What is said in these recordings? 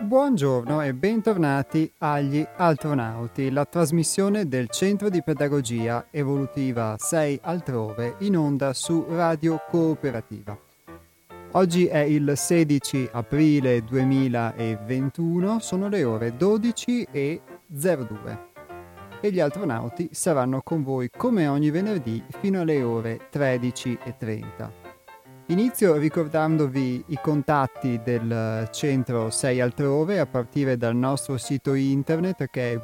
Buongiorno e bentornati agli Altronauti, la trasmissione del Centro di Pedagogia Evolutiva 6 Altrove in onda su Radio Cooperativa. Oggi è il 16 aprile 2021, sono le ore 12:02 e gli Altronauti saranno con voi come ogni venerdì fino alle ore 13:30. Inizio ricordandovi i contatti del centro 6 Altrove a partire dal nostro sito internet che è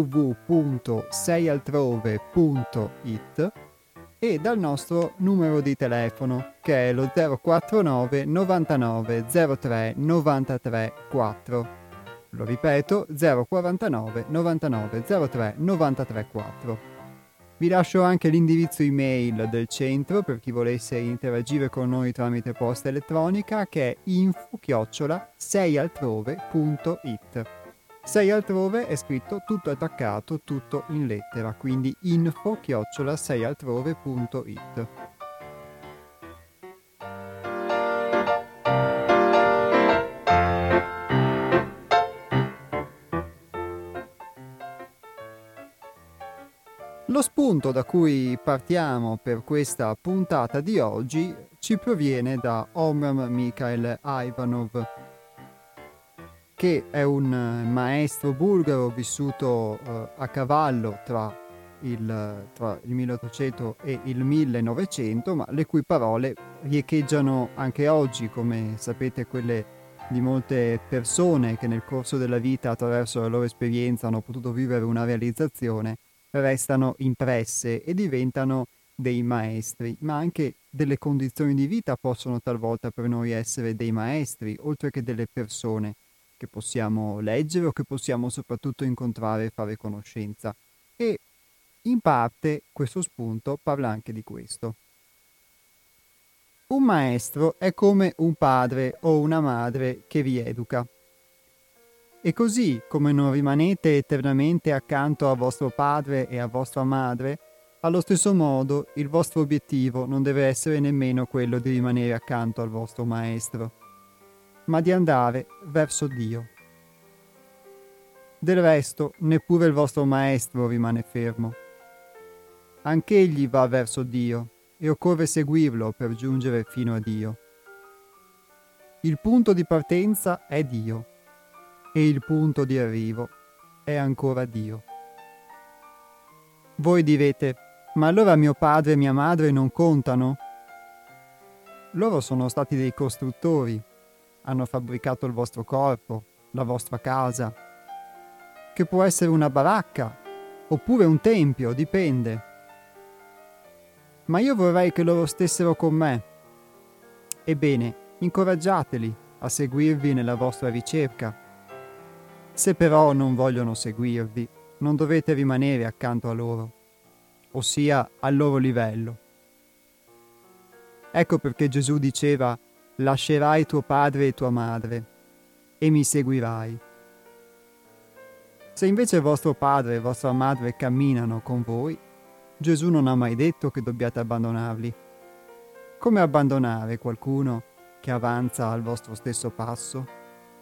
www.seialtrove.it e dal nostro numero di telefono che è lo 049 99 03 93 4. Lo ripeto, 049 99 03 93 4. Vi lascio anche l'indirizzo email del centro per chi volesse interagire con noi tramite posta elettronica che è info@seialtrove.it. 6 Altrove è scritto tutto attaccato, tutto in lettera, quindi info@seialtrove.it. Lo spunto da cui partiamo per questa puntata di oggi ci proviene da Omram Mikhail Ivanov, che è un maestro bulgaro vissuto a cavallo tra il 1800 e il 1900, ma le cui parole riecheggiano anche oggi, come sapete quelle di molte persone che nel corso della vita, attraverso la loro esperienza, hanno potuto vivere una realizzazione, restano impresse e diventano dei maestri, ma anche delle condizioni di vita possono talvolta per noi essere dei maestri, oltre che delle persone che possiamo leggere o che possiamo soprattutto incontrare e fare conoscenza. E in parte questo spunto parla anche di questo. Un maestro è come un padre o una madre che vi educa. E così come non rimanete eternamente accanto a vostro padre e a vostra madre, allo stesso modo il vostro obiettivo non deve essere nemmeno quello di rimanere accanto al vostro maestro, ma di andare verso Dio. Del resto, neppure il vostro maestro rimane fermo. Anch'egli va verso Dio e occorre seguirlo per giungere fino a Dio. Il punto di partenza è Dio e il punto di arrivo è ancora Dio. Voi direte, ma allora mio padre e mia madre non contano? Loro sono stati dei costruttori, hanno fabbricato il vostro corpo, la vostra casa, che può essere una baracca oppure un tempio, dipende. Ma io vorrei che loro stessero con me. Ebbene, incoraggiateli a seguirvi nella vostra ricerca. Se però non vogliono seguirvi, non dovete rimanere accanto a loro, ossia al loro livello. Ecco perché Gesù diceva: lascerai tuo padre e tua madre e mi seguirai. Se invece vostro padre e vostra madre camminano con voi, Gesù non ha mai detto che dobbiate abbandonarli. Come abbandonare qualcuno che avanza al vostro stesso passo?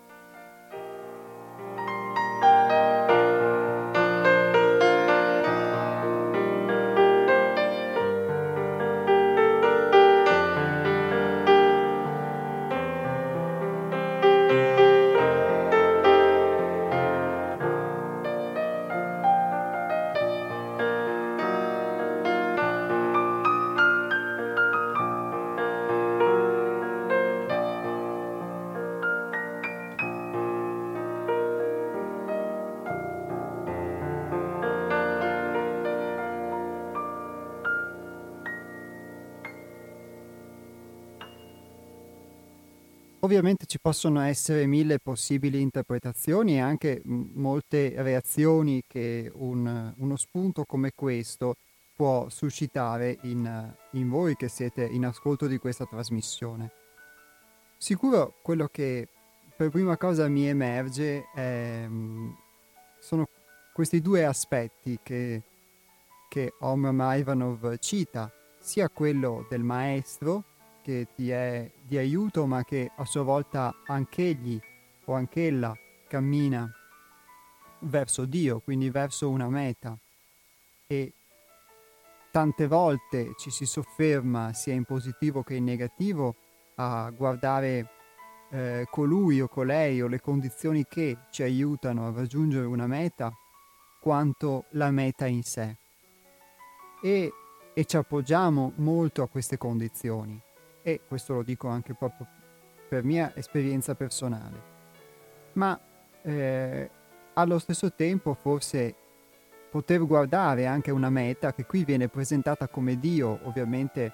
Ovviamente ci possono essere mille possibili interpretazioni e anche molte reazioni che uno spunto come questo può suscitare in voi che siete in ascolto di questa trasmissione. Sicuro quello che per prima cosa mi emerge sono questi due aspetti che Omram Ivanov cita, sia quello del maestro che ti è di aiuto ma che a sua volta anch'egli o anch'ella cammina verso Dio, quindi verso una meta, e tante volte ci si sofferma sia in positivo che in negativo a guardare colui o colei o le condizioni che ci aiutano a raggiungere una meta, quanto la meta in sé, e ci appoggiamo molto a queste condizioni, e questo lo dico anche proprio per mia esperienza personale, ma allo stesso tempo forse poter guardare anche una meta che qui viene presentata come Dio. Ovviamente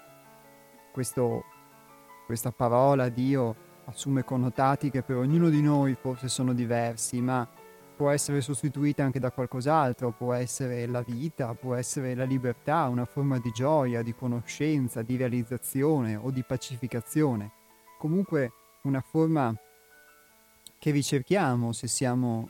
questa parola Dio assume connotati che per ognuno di noi forse sono diversi, ma può essere sostituita anche da qualcos'altro, può essere la vita, può essere la libertà, una forma di gioia, di conoscenza, di realizzazione o di pacificazione. Comunque una forma che ricerchiamo se siamo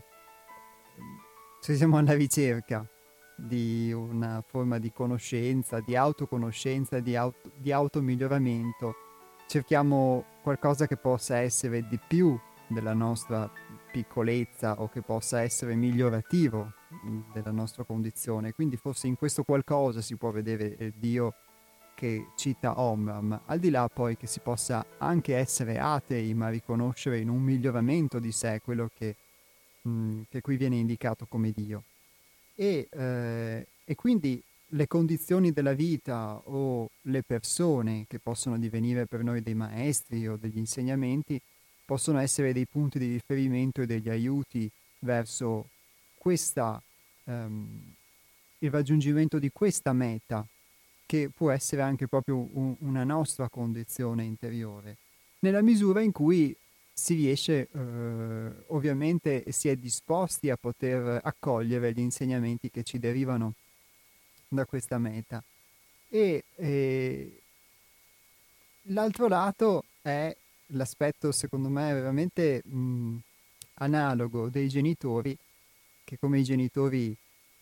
alla ricerca di una forma di conoscenza, di autoconoscenza, di automiglioramento. Cerchiamo qualcosa che possa essere di più della nostra piccolezza o che possa essere migliorativo della nostra condizione. Quindi forse in questo qualcosa si può vedere Dio che cita Omram, al di là poi che si possa anche essere atei, ma riconoscere in un miglioramento di sé quello che qui viene indicato come Dio. E quindi le condizioni della vita o le persone che possono divenire per noi dei maestri o degli insegnamenti possono essere dei punti di riferimento e degli aiuti verso il raggiungimento di questa meta, che può essere anche proprio una nostra condizione interiore, nella misura in cui si riesce, ovviamente si è disposti a poter accogliere gli insegnamenti che ci derivano da questa meta. E l'altro lato è l'aspetto, secondo me, veramente analogo dei genitori, che come i genitori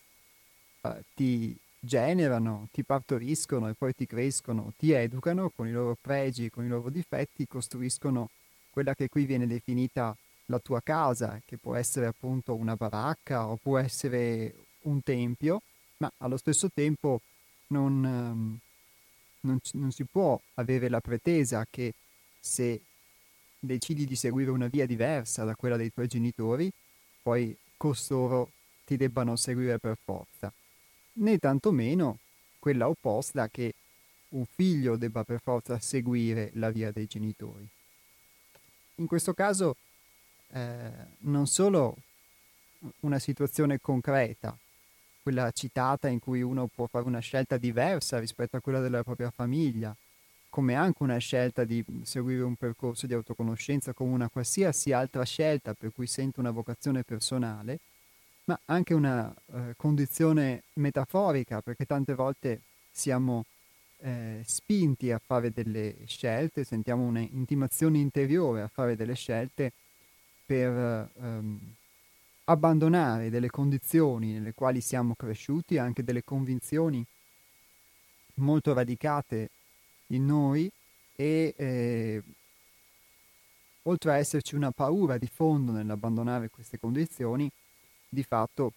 ti generano, ti partoriscono e poi ti crescono, ti educano con i loro pregi, con i loro difetti, costruiscono quella che qui viene definita la tua casa, che può essere appunto una baracca o può essere un tempio, ma allo stesso tempo non si può avere la pretesa che se decidi di seguire una via diversa da quella dei tuoi genitori, poi costoro ti debbano seguire per forza, né tantomeno quella opposta che un figlio debba per forza seguire la via dei genitori. In questo caso non solo una situazione concreta, quella citata in cui uno può fare una scelta diversa rispetto a quella della propria famiglia, come anche una scelta di seguire un percorso di autoconoscenza come una qualsiasi altra scelta per cui sento una vocazione personale, ma anche una condizione metaforica, perché tante volte siamo spinti a fare delle scelte, sentiamo un'intimazione interiore a fare delle scelte per abbandonare delle condizioni nelle quali siamo cresciuti, anche delle convinzioni molto radicate in noi, e oltre a esserci una paura di fondo nell'abbandonare queste condizioni, di fatto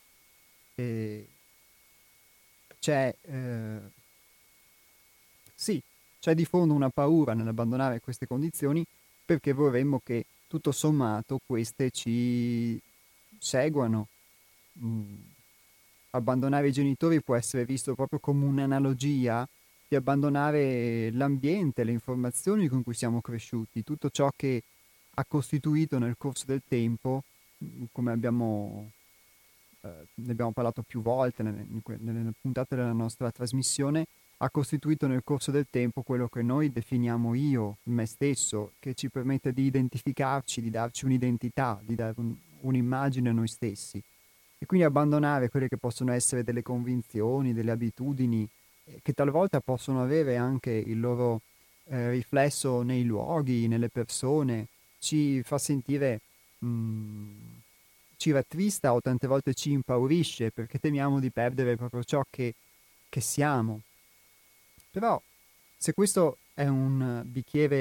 c'è di fondo una paura nell'abbandonare queste condizioni, perché vorremmo che tutto sommato queste ci seguano. Abbandonare i genitori può essere visto proprio come un'analogia di abbandonare l'ambiente, le informazioni con cui siamo cresciuti, tutto ciò che ha costituito nel corso del tempo, come ne abbiamo parlato più volte nelle puntate della nostra trasmissione, ha costituito nel corso del tempo quello che noi definiamo io, me stesso, che ci permette di identificarci, di darci un'identità, di dare un'immagine a noi stessi. E quindi abbandonare quelle che possono essere delle convinzioni, delle abitudini, che talvolta possono avere anche il loro riflesso nei luoghi, nelle persone, ci fa sentire, ci rattrista o tante volte ci impaurisce, perché temiamo di perdere proprio ciò che siamo. Però se questo è un bicchiere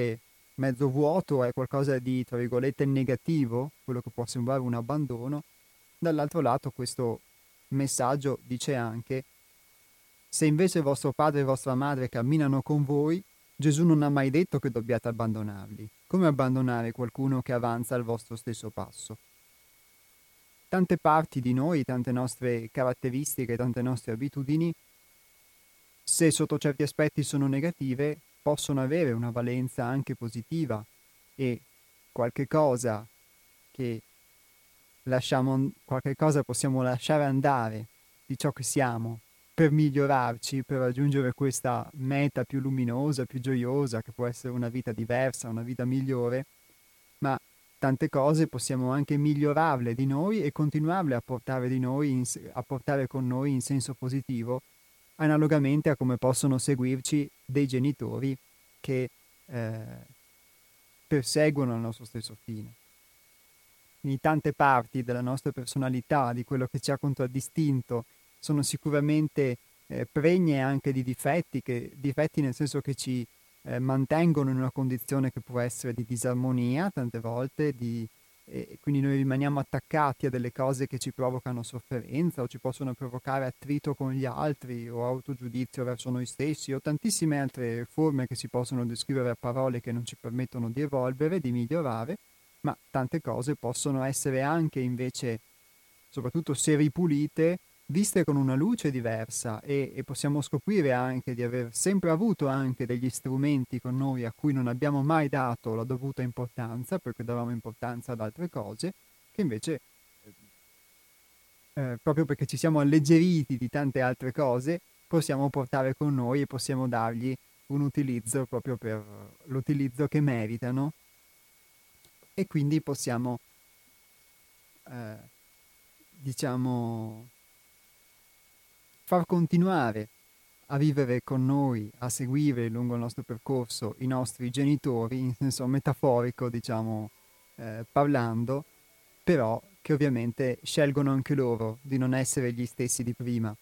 mezzo vuoto, è qualcosa di, tra virgolette, negativo, quello che può sembrare un abbandono. Dall'altro lato questo messaggio dice anche: se invece vostro padre e vostra madre camminano con voi, Gesù non ha mai detto che dobbiate abbandonarli. Come abbandonare qualcuno che avanza al vostro stesso passo? Tante parti di noi, tante nostre caratteristiche, tante nostre abitudini, se sotto certi aspetti sono negative, possono avere una valenza anche positiva, e qualche cosa che qualche cosa possiamo lasciare andare di ciò che siamo per migliorarci, per raggiungere questa meta più luminosa, più gioiosa, che può essere una vita diversa, una vita migliore, ma tante cose possiamo anche migliorarle di noi e continuarle a portare di noi a portare con noi in senso positivo, analogamente a come possono seguirci dei genitori che eh, perseguono il nostro stesso fine. Quindi tante parti della nostra personalità, di quello che ci ha contraddistinto, sono sicuramente pregne anche di difetti, difetti nel senso che ci mantengono in una condizione che può essere di disarmonia tante volte, e quindi noi rimaniamo attaccati a delle cose che ci provocano sofferenza o ci possono provocare attrito con gli altri o autogiudizio verso noi stessi o tantissime altre forme che si possono descrivere a parole che non ci permettono di evolvere, di migliorare, ma tante cose possono essere anche invece, soprattutto se ripulite, viste con una luce diversa, e possiamo scoprire anche di aver sempre avuto anche degli strumenti con noi a cui non abbiamo mai dato la dovuta importanza, perché davamo importanza ad altre cose, che invece, proprio perché ci siamo alleggeriti di tante altre cose, possiamo portare con noi e possiamo dargli un utilizzo proprio per l'utilizzo che meritano, e quindi possiamo, eh, diciamo, far continuare a vivere con noi, a seguire lungo il nostro percorso i nostri genitori, in senso metaforico, diciamo, parlando, però che ovviamente scelgono anche loro di non essere gli stessi di prima.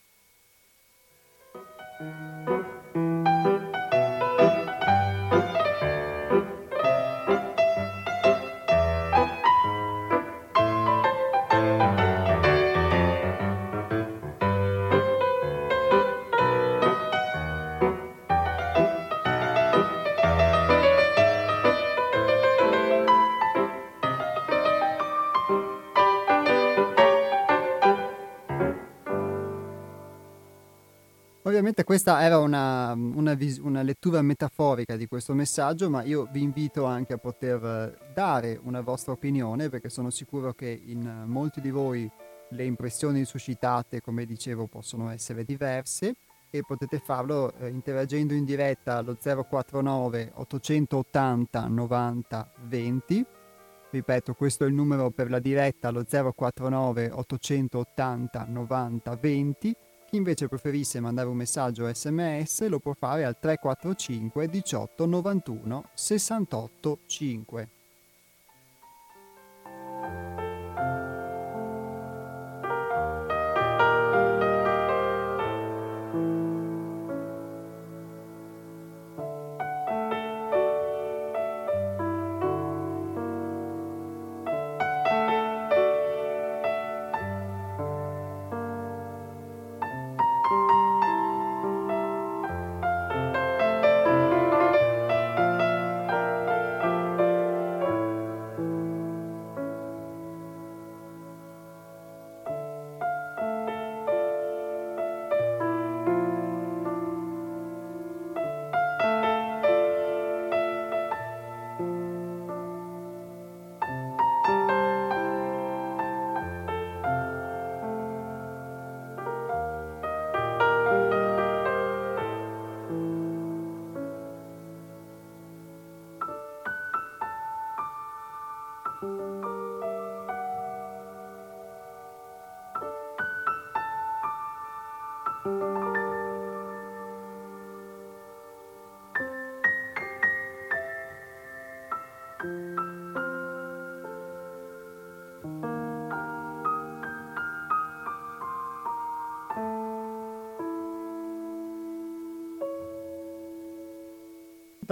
Ovviamente questa era una lettura metaforica di questo messaggio, ma io vi invito anche a poter dare una vostra opinione, perché sono sicuro che in molti di voi le impressioni suscitate, come dicevo, possono essere diverse, e potete farlo interagendo in diretta allo 049 880 90 20. Ripeto, questo è il numero per la diretta allo 049 880 90 20. Chi invece preferisse mandare un messaggio SMS lo può fare al 345 18 91 68 5.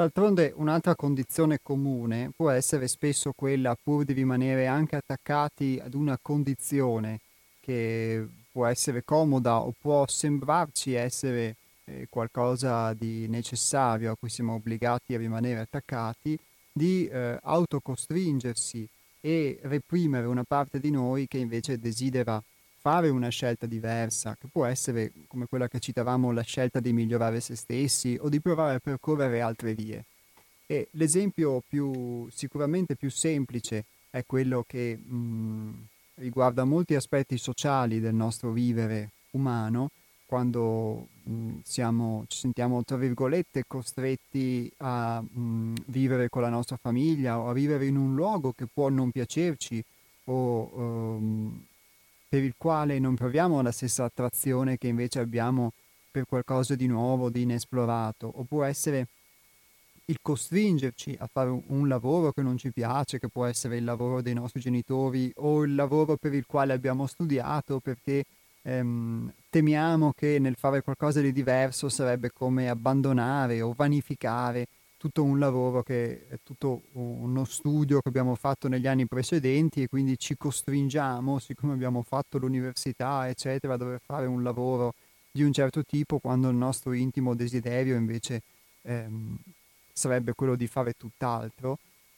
D'altronde un'altra condizione comune può essere spesso quella, pur di rimanere anche attaccati ad una condizione che può essere comoda o può sembrarci essere qualcosa di necessario a cui siamo obbligati a rimanere attaccati, di autocostringersi e reprimere una parte di noi che invece desidera fare una scelta diversa, che può essere, come quella che citavamo, la scelta di migliorare se stessi o di provare a percorrere altre vie. E l'esempio sicuramente più semplice è quello che riguarda molti aspetti sociali del nostro vivere umano, quando ci sentiamo, tra virgolette, costretti a vivere con la nostra famiglia o a vivere in un luogo che può non piacerci o per il quale non proviamo la stessa attrazione che invece abbiamo per qualcosa di nuovo, di inesplorato, o può essere il costringerci a fare un lavoro che non ci piace, che può essere il lavoro dei nostri genitori o il lavoro per il quale abbiamo studiato, perché temiamo che nel fare qualcosa di diverso sarebbe come abbandonare o vanificare tutto un lavoro che è tutto uno studio che abbiamo fatto negli anni precedenti e quindi ci costringiamo, siccome abbiamo fatto l'università, eccetera, a dover fare un lavoro di un certo tipo quando il nostro intimo desiderio invece sarebbe quello di fare tutt'altro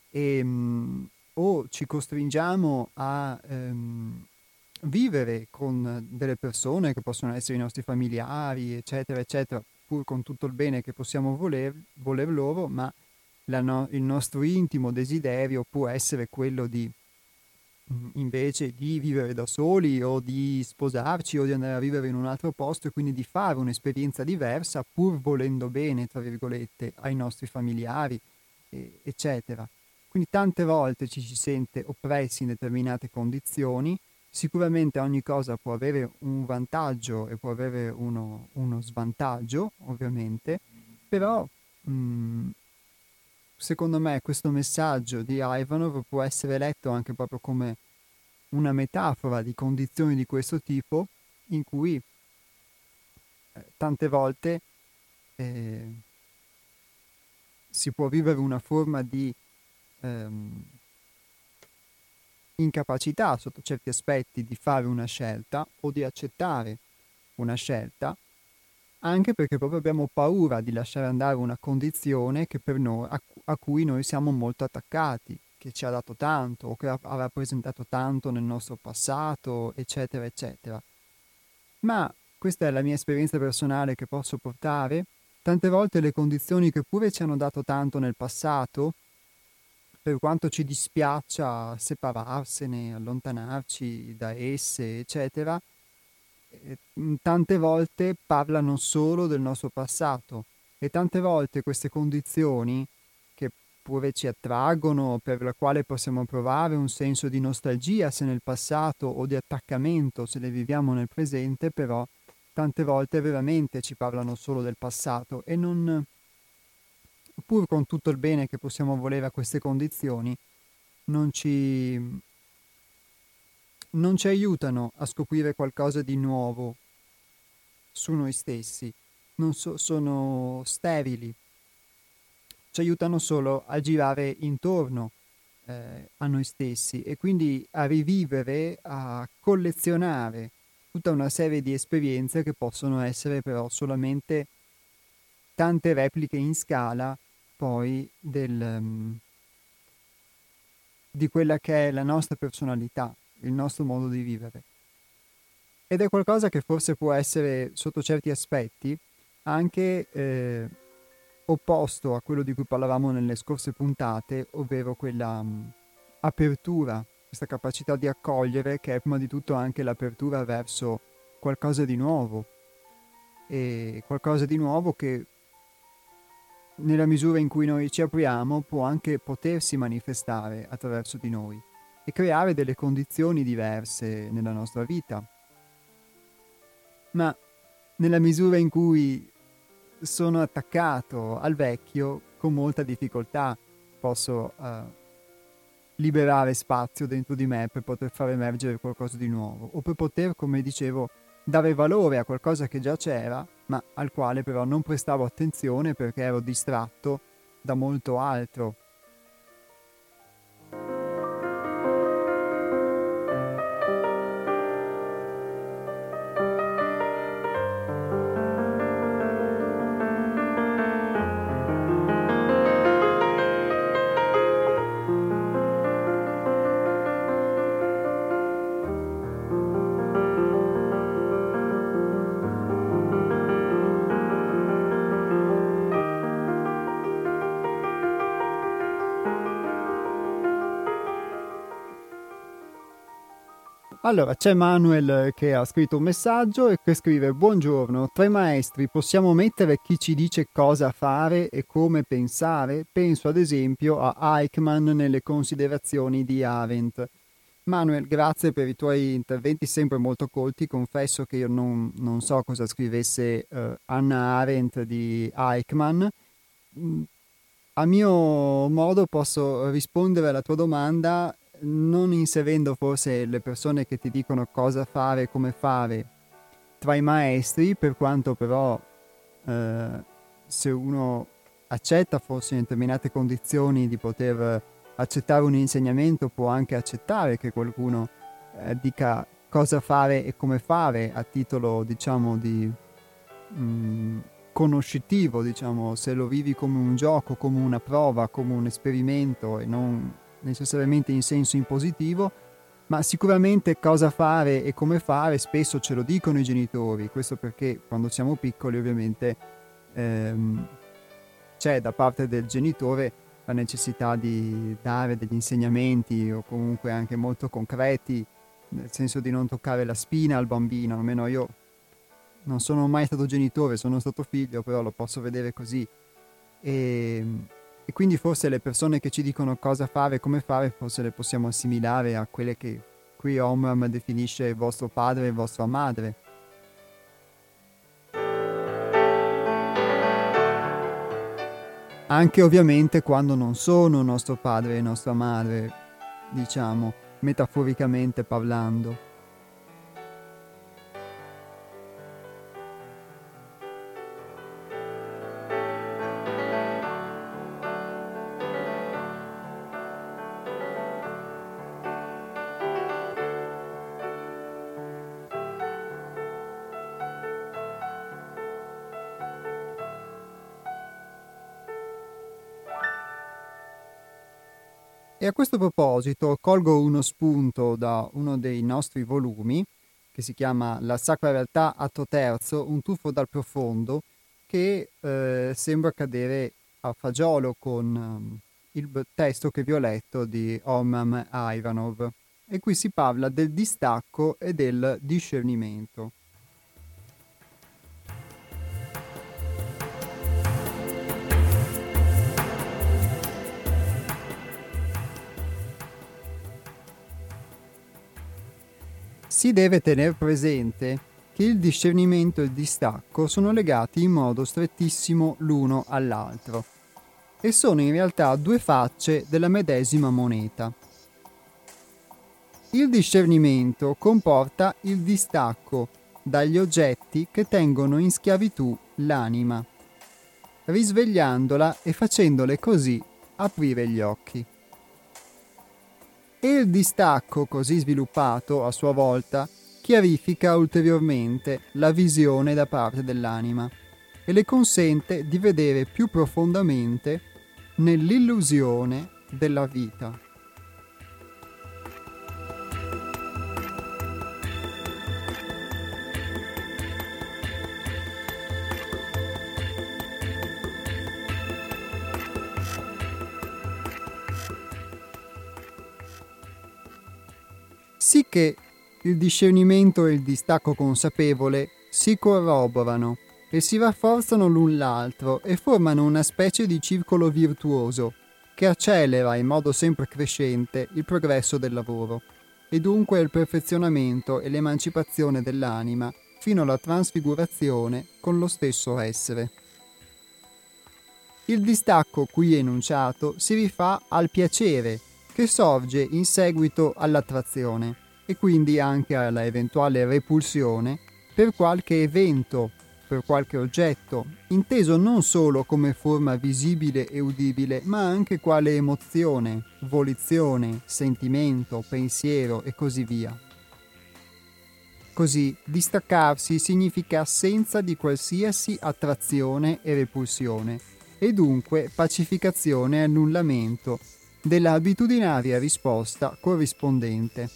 o ci costringiamo a vivere con delle persone che possono essere i nostri familiari, eccetera, eccetera, pur con tutto il bene che possiamo voler loro, ma il nostro intimo desiderio può essere quello di invece di vivere da soli o di sposarci o di andare a vivere in un altro posto e quindi di fare un'esperienza diversa pur volendo bene, tra virgolette, ai nostri familiari, eccetera. Quindi tante volte ci si sente oppressi in determinate condizioni, sicuramente ogni cosa può avere un vantaggio e può avere uno svantaggio, ovviamente, però secondo me questo messaggio di Ivanov può essere letto anche proprio come una metafora di condizioni di questo tipo in cui tante volte si può vivere una forma di incapacità sotto certi aspetti di fare una scelta o di accettare una scelta, anche perché proprio abbiamo paura di lasciare andare una condizione che per noi, a cui noi siamo molto attaccati, che ci ha dato tanto o che ha rappresentato tanto nel nostro passato, eccetera, eccetera. Ma questa è la mia esperienza personale che posso portare. Tante volte le condizioni che pure ci hanno dato tanto nel passato, per quanto ci dispiaccia separarsene, allontanarci da esse, eccetera, tante volte parlano solo del nostro passato e tante volte queste condizioni che pure ci attraggono, per la quale possiamo provare un senso di nostalgia se nel passato o di attaccamento se le viviamo nel presente, però tante volte veramente ci parlano solo del passato e non, pur con tutto il bene che possiamo volere a queste condizioni, non ci aiutano a scoprire qualcosa di nuovo su noi stessi, sono sterili, ci aiutano solo a girare intorno a noi stessi e quindi a rivivere, a collezionare tutta una serie di esperienze che possono essere però solamente tante repliche in scala poi di quella che è la nostra personalità, il nostro modo di vivere. Ed è qualcosa che forse può essere, sotto certi aspetti, anche opposto a quello di cui parlavamo nelle scorse puntate, ovvero quella apertura, questa capacità di accogliere, che è prima di tutto anche l'apertura verso qualcosa di nuovo, e qualcosa di nuovo che nella misura in cui noi ci apriamo può anche potersi manifestare attraverso di noi e creare delle condizioni diverse nella nostra vita. Ma nella misura in cui sono attaccato al vecchio, con molta difficoltà posso liberare spazio dentro di me per poter far emergere qualcosa di nuovo o per poter, come dicevo, dare valore a qualcosa che già c'era ma al quale però non prestavo attenzione perché ero distratto da molto altro. Allora, c'è Manuel che ha scritto un messaggio e che scrive: buongiorno, tra i maestri possiamo mettere chi ci dice cosa fare e come pensare? Penso ad esempio a Eichmann nelle considerazioni di Arendt. Manuel, grazie per i tuoi interventi sempre molto colti. Confesso che io non so cosa scrivesse Hannah Arendt di Eichmann. A mio modo posso rispondere alla tua domanda non inserendo forse le persone che ti dicono cosa fare e come fare tra i maestri, per quanto però se uno accetta forse in determinate condizioni di poter accettare un insegnamento, può anche accettare che qualcuno dica cosa fare e come fare a titolo, diciamo, di conoscitivo, diciamo, se lo vivi come un gioco, come una prova, come un esperimento e non necessariamente in senso impositivo, ma sicuramente cosa fare e come fare spesso ce lo dicono i genitori. Questo perché quando siamo piccoli ovviamente c'è da parte del genitore la necessità di dare degli insegnamenti o comunque anche molto concreti, nel senso di non toccare la spina al bambino. Almeno io non sono mai stato genitore, sono stato figlio, però lo posso vedere così. E quindi forse le persone che ci dicono cosa fare e come fare, forse le possiamo assimilare a quelle che qui Omram definisce vostro padre e vostra madre. Anche ovviamente quando non sono nostro padre e nostra madre, diciamo, metaforicamente parlando. E a questo proposito colgo uno spunto da uno dei nostri volumi che si chiama La Sacra Realtà, atto terzo, un tuffo dal profondo, che sembra cadere a fagiolo con il testo che vi ho letto di Omram Ivanov. E qui si parla del distacco e del discernimento. Si deve tener presente che il discernimento e il distacco sono legati in modo strettissimo l'uno all'altro e sono in realtà due facce della medesima moneta. Il discernimento comporta il distacco dagli oggetti che tengono in schiavitù l'anima, risvegliandola e facendole così aprire gli occhi. E il distacco così sviluppato, a sua volta, chiarifica ulteriormente la visione da parte dell'anima e le consente di vedere più profondamente nell'illusione della vita. Sicché il discernimento e il distacco consapevole si corroborano e si rafforzano l'un l'altro e formano una specie di circolo virtuoso che accelera in modo sempre crescente il progresso del lavoro e dunque il perfezionamento e l'emancipazione dell'anima fino alla trasfigurazione con lo stesso essere. Il distacco qui enunciato si rifà al piacere che sorge in seguito all'attrazione e quindi anche alla eventuale repulsione per qualche evento per qualche oggetto, inteso non solo come forma visibile e udibile, ma anche quale emozione, volizione, sentimento, pensiero e così via. Così, distaccarsi significa assenza di qualsiasi attrazione e repulsione, e dunque pacificazione e annullamento della abitudinaria risposta corrispondente.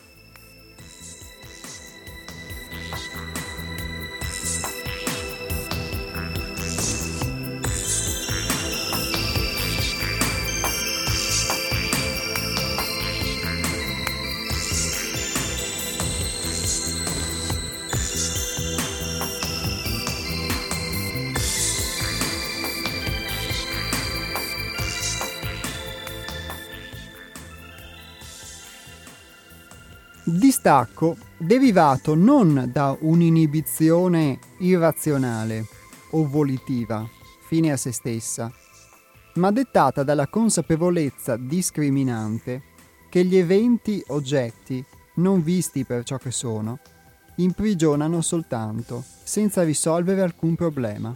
Distacco derivato non da un'inibizione irrazionale o volitiva, fine a se stessa, ma dettata dalla consapevolezza discriminante che gli eventi oggetti, non visti per ciò che sono, imprigionano soltanto, senza risolvere alcun problema.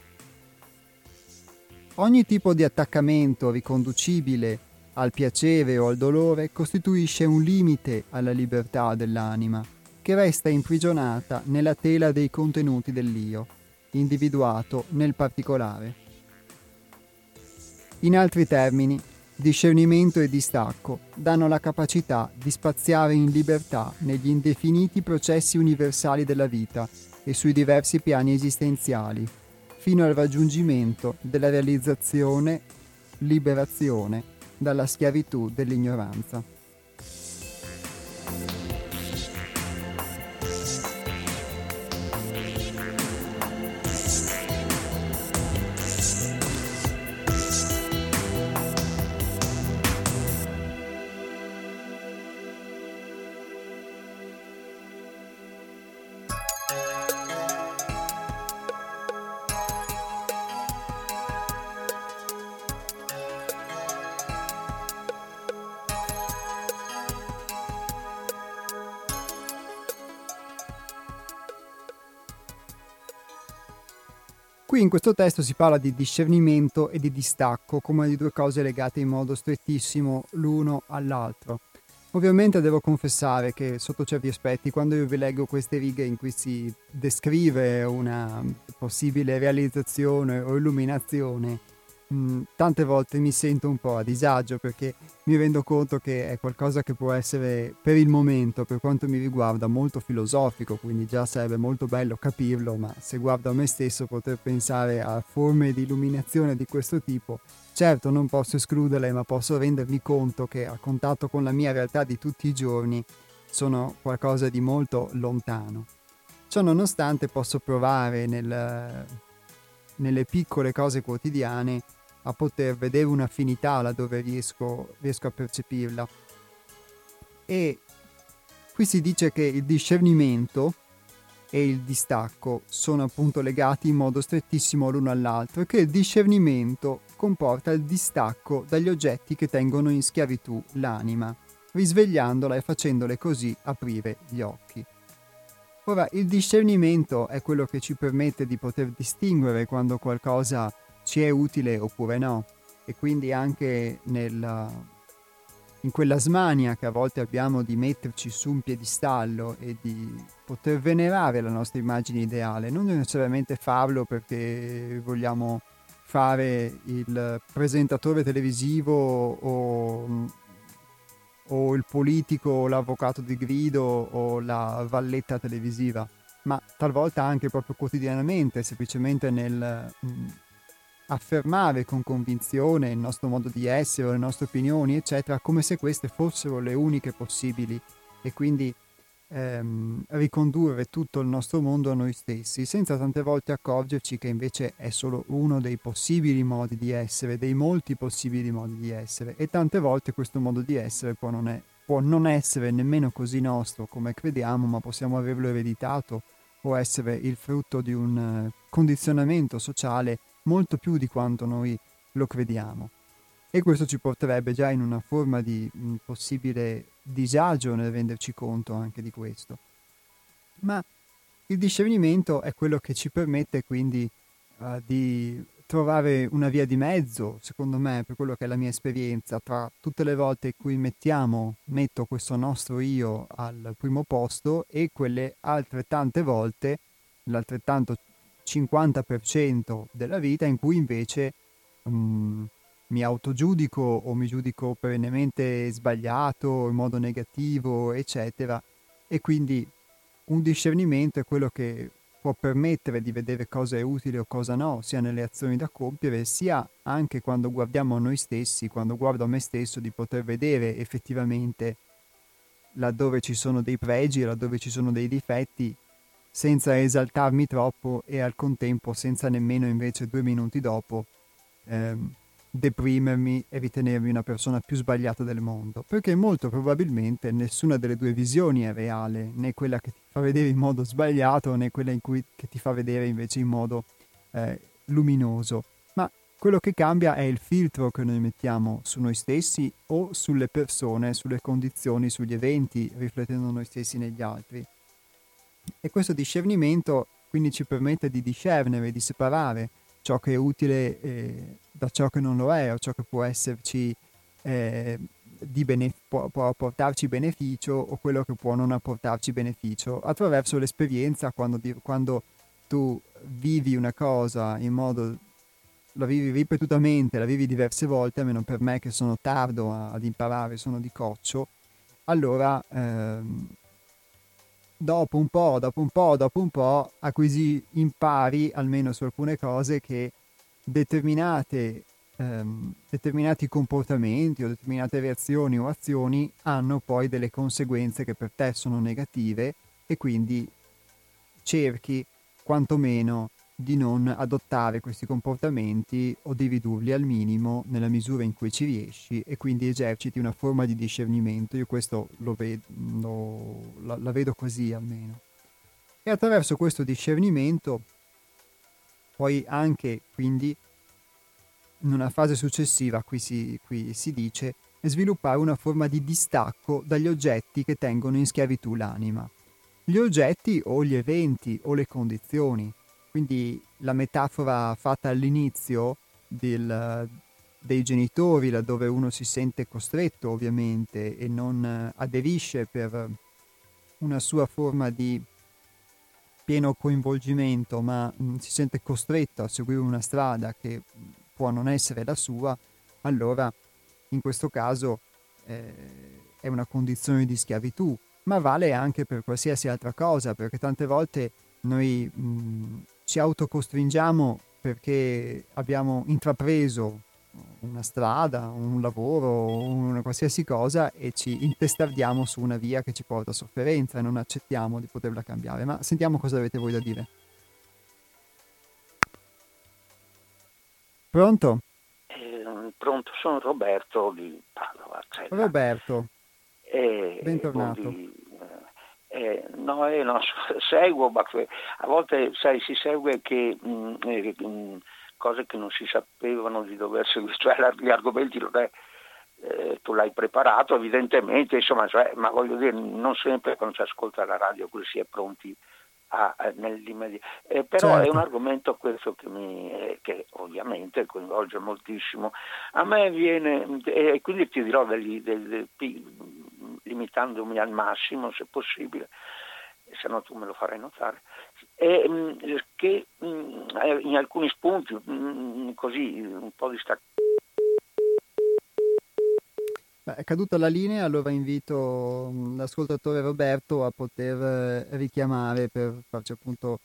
Ogni tipo di attaccamento riconducibile al piacere o al dolore costituisce un limite alla libertà dell'anima, che resta imprigionata nella tela dei contenuti dell'io, individuato nel particolare. In altri termini, discernimento e distacco danno la capacità di spaziare in libertà negli indefiniti processi universali della vita e sui diversi piani esistenziali, fino al raggiungimento della realizzazione, liberazione dalla schiavitù dell'ignoranza. Qui in questo testo si parla di discernimento e di distacco come di due cose legate in modo strettissimo l'uno all'altro. Ovviamente devo confessare che sotto certi aspetti, quando io vi leggo queste righe in cui si descrive una possibile realizzazione o illuminazione, tante volte mi sento un po' a disagio perché mi rendo conto che è qualcosa che può essere per il momento, per quanto mi riguarda, molto filosofico, quindi già sarebbe molto bello capirlo, ma se guardo a me stesso poter pensare a forme di illuminazione di questo tipo, certo non posso escluderle, ma posso rendermi conto che a contatto con la mia realtà di tutti i giorni sono qualcosa di molto lontano. Ciò nonostante posso provare nelle piccole cose quotidiane a poter vedere un'affinità laddove riesco a percepirla. E qui si dice che il discernimento e il distacco sono appunto legati in modo strettissimo l'uno all'altro e che il discernimento comporta il distacco dagli oggetti che tengono in schiavitù l'anima, risvegliandola e facendole così aprire gli occhi. Ora, il discernimento è quello che ci permette di poter distinguere quando qualcosa ci è utile oppure no, e quindi anche in quella smania che a volte abbiamo di metterci su un piedistallo e di poter venerare la nostra immagine ideale, non necessariamente farlo perché vogliamo fare il presentatore televisivo o il politico o l'avvocato di grido o la valletta televisiva, ma talvolta anche proprio quotidianamente, semplicemente nel affermare con convinzione il nostro modo di essere, le nostre opinioni, eccetera, come se queste fossero le uniche possibili e quindi ricondurre tutto il nostro mondo a noi stessi, senza tante volte accorgerci che invece è solo uno dei possibili modi di essere, dei molti possibili modi di essere, e tante volte questo modo di essere può non essere nemmeno così nostro come crediamo, ma possiamo averlo ereditato o essere il frutto di un condizionamento sociale molto più di quanto noi lo crediamo. E questo ci porterebbe già in una forma di possibile disagio nel renderci conto anche di questo. Ma Il discernimento è quello che ci permette quindi di trovare una via di mezzo, secondo me, per quello che è la mia esperienza, tra tutte le volte in cui metto questo nostro io al primo posto e quelle altrettante volte, l'altrettanto 50% della vita in cui invece mi autogiudico o mi giudico perennemente sbagliato, in modo negativo, eccetera. E quindi un discernimento è quello che può permettere di vedere cosa è utile o cosa no, sia nelle azioni da compiere, sia anche quando guardiamo a noi stessi, quando guardo a me stesso, di poter vedere effettivamente laddove ci sono dei pregi e laddove ci sono dei difetti, senza esaltarmi troppo e al contempo senza nemmeno invece 2 minuti dopo deprimermi e ritenermi una persona più sbagliata del mondo, perché molto probabilmente nessuna delle due visioni è reale, né quella che ti fa vedere in modo sbagliato né quella che ti fa vedere invece in modo luminoso. Ma quello che cambia è il filtro che noi mettiamo su noi stessi o sulle persone, sulle condizioni, sugli eventi, riflettendo noi stessi negli altri. E questo discernimento quindi ci permette di discernere, di separare ciò che è utile da ciò che non lo è, o ciò che può esserci può portarci beneficio o quello che può non apportarci beneficio, attraverso l'esperienza. Quando tu vivi una cosa in modo, la vivi ripetutamente, la vivi diverse volte, almeno per me che sono tardo ad imparare, sono di coccio, allora dopo un po' impari almeno su alcune cose che determinati comportamenti o determinate reazioni o azioni hanno poi delle conseguenze che per te sono negative, e quindi cerchi quantomeno di non adottare questi comportamenti o di ridurli al minimo nella misura in cui ci riesci, e quindi eserciti una forma di discernimento. Io questo la vedo così almeno. E attraverso questo discernimento poi anche, quindi, in una fase successiva, qui si dice, sviluppare una forma di distacco dagli oggetti che tengono in schiavitù l'anima. Gli oggetti o gli eventi o le condizioni. Quindi la metafora fatta all'inizio dei genitori, laddove uno si sente costretto ovviamente e non aderisce per una sua forma di pieno coinvolgimento, ma si sente costretto a seguire una strada che può non essere la sua, allora in questo caso è una condizione di schiavitù, ma vale anche per qualsiasi altra cosa, perché tante volte noi ci autocostringiamo perché abbiamo intrapreso una strada, un lavoro, una qualsiasi cosa, e ci intestardiamo su una via che ci porta a sofferenza e non accettiamo di poterla cambiare. Ma sentiamo cosa avete voi da dire. Pronto? Pronto, sono Roberto di Padova. Roberto, bentornato. No, seguo, ma a volte sai, si segue cose che non si sapevano di dover seguire, cioè gli argomenti tu l'hai preparato evidentemente, insomma, ma voglio dire, non sempre quando si ascolta la radio così si è pronti nell'immediato. Però è un Certo. argomento questo che ovviamente coinvolge moltissimo. A me viene, e quindi ti dirò limitandomi al massimo se possibile, se no tu me lo farai notare, che in alcuni spunti così un po' di Beh, è caduta la linea, allora invito l'ascoltatore Roberto a poter richiamare per farci appunto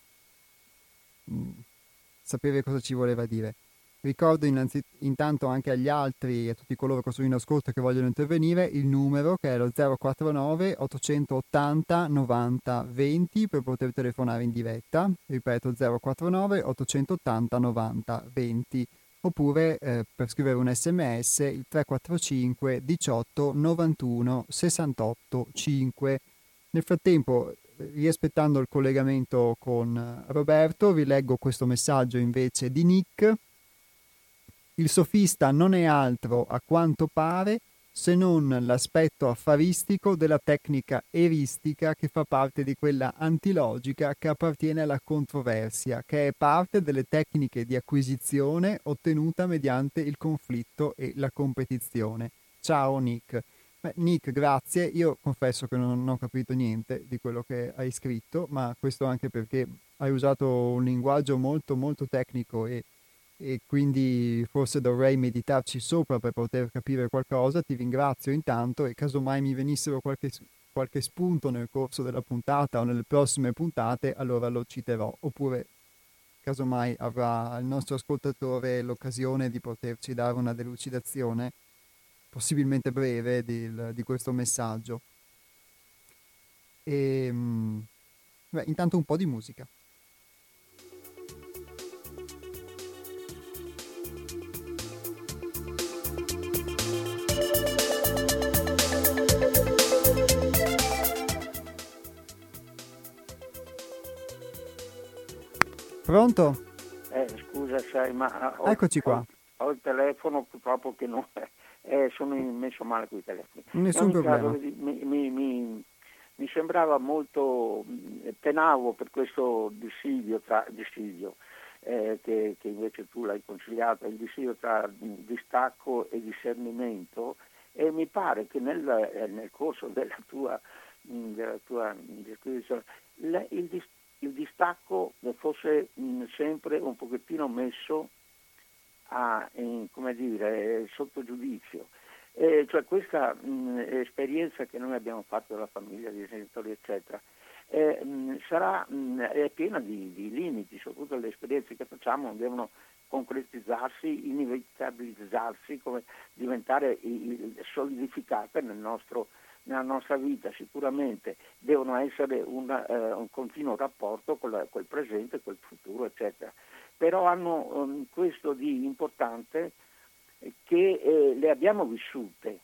sapere cosa ci voleva dire. Ricordo intanto anche agli altri e a tutti coloro che sono in ascolto che vogliono intervenire il numero, che è lo 049 880 90 20, per poter telefonare in diretta. Ripeto, 049 880 90 20. Oppure per scrivere un sms il 345 18 91 68 5. Nel frattempo, riaspettando il collegamento con Roberto, vi leggo questo messaggio invece di Nick. Il sofista non è altro, a quanto pare, se non l'aspetto affaristico della tecnica eristica che fa parte di quella antilogica che appartiene alla controversia, che è parte delle tecniche di acquisizione ottenuta mediante il conflitto e la competizione. Ciao Nick. Beh, Nick, grazie. Io confesso che non ho capito niente di quello che hai scritto, ma questo anche perché hai usato un linguaggio molto molto tecnico e quindi forse dovrei meditarci sopra per poter capire qualcosa. Ti ringrazio intanto e casomai mi venissero qualche spunto nel corso della puntata o nelle prossime puntate, allora lo citerò. Oppure casomai avrà il nostro ascoltatore l'occasione di poterci dare una delucidazione, possibilmente breve, di questo messaggio. E, beh, intanto un po' di musica. Pronto? Scusa, sai, ma Eccoci qua. ho il telefono purtroppo che non sono messo male con i telefoni. In Nessun ogni caso, problema. mi sembrava molto, penavo per questo dissidio, che invece tu l'hai conciliato, il dissidio tra distacco e discernimento, e mi pare che nel corso della tua descrizione il distacco fosse sempre un pochettino messo come dire, sotto giudizio. Cioè questa esperienza che noi abbiamo fatto della famiglia, dei genitori, eccetera, è piena di limiti, soprattutto le esperienze che facciamo devono concretizzarsi, inevitabilizzarsi, come diventare solidificate nella nostra vita. Sicuramente devono essere un continuo rapporto col presente, col futuro, eccetera. Però hanno questo di importante che le abbiamo vissute,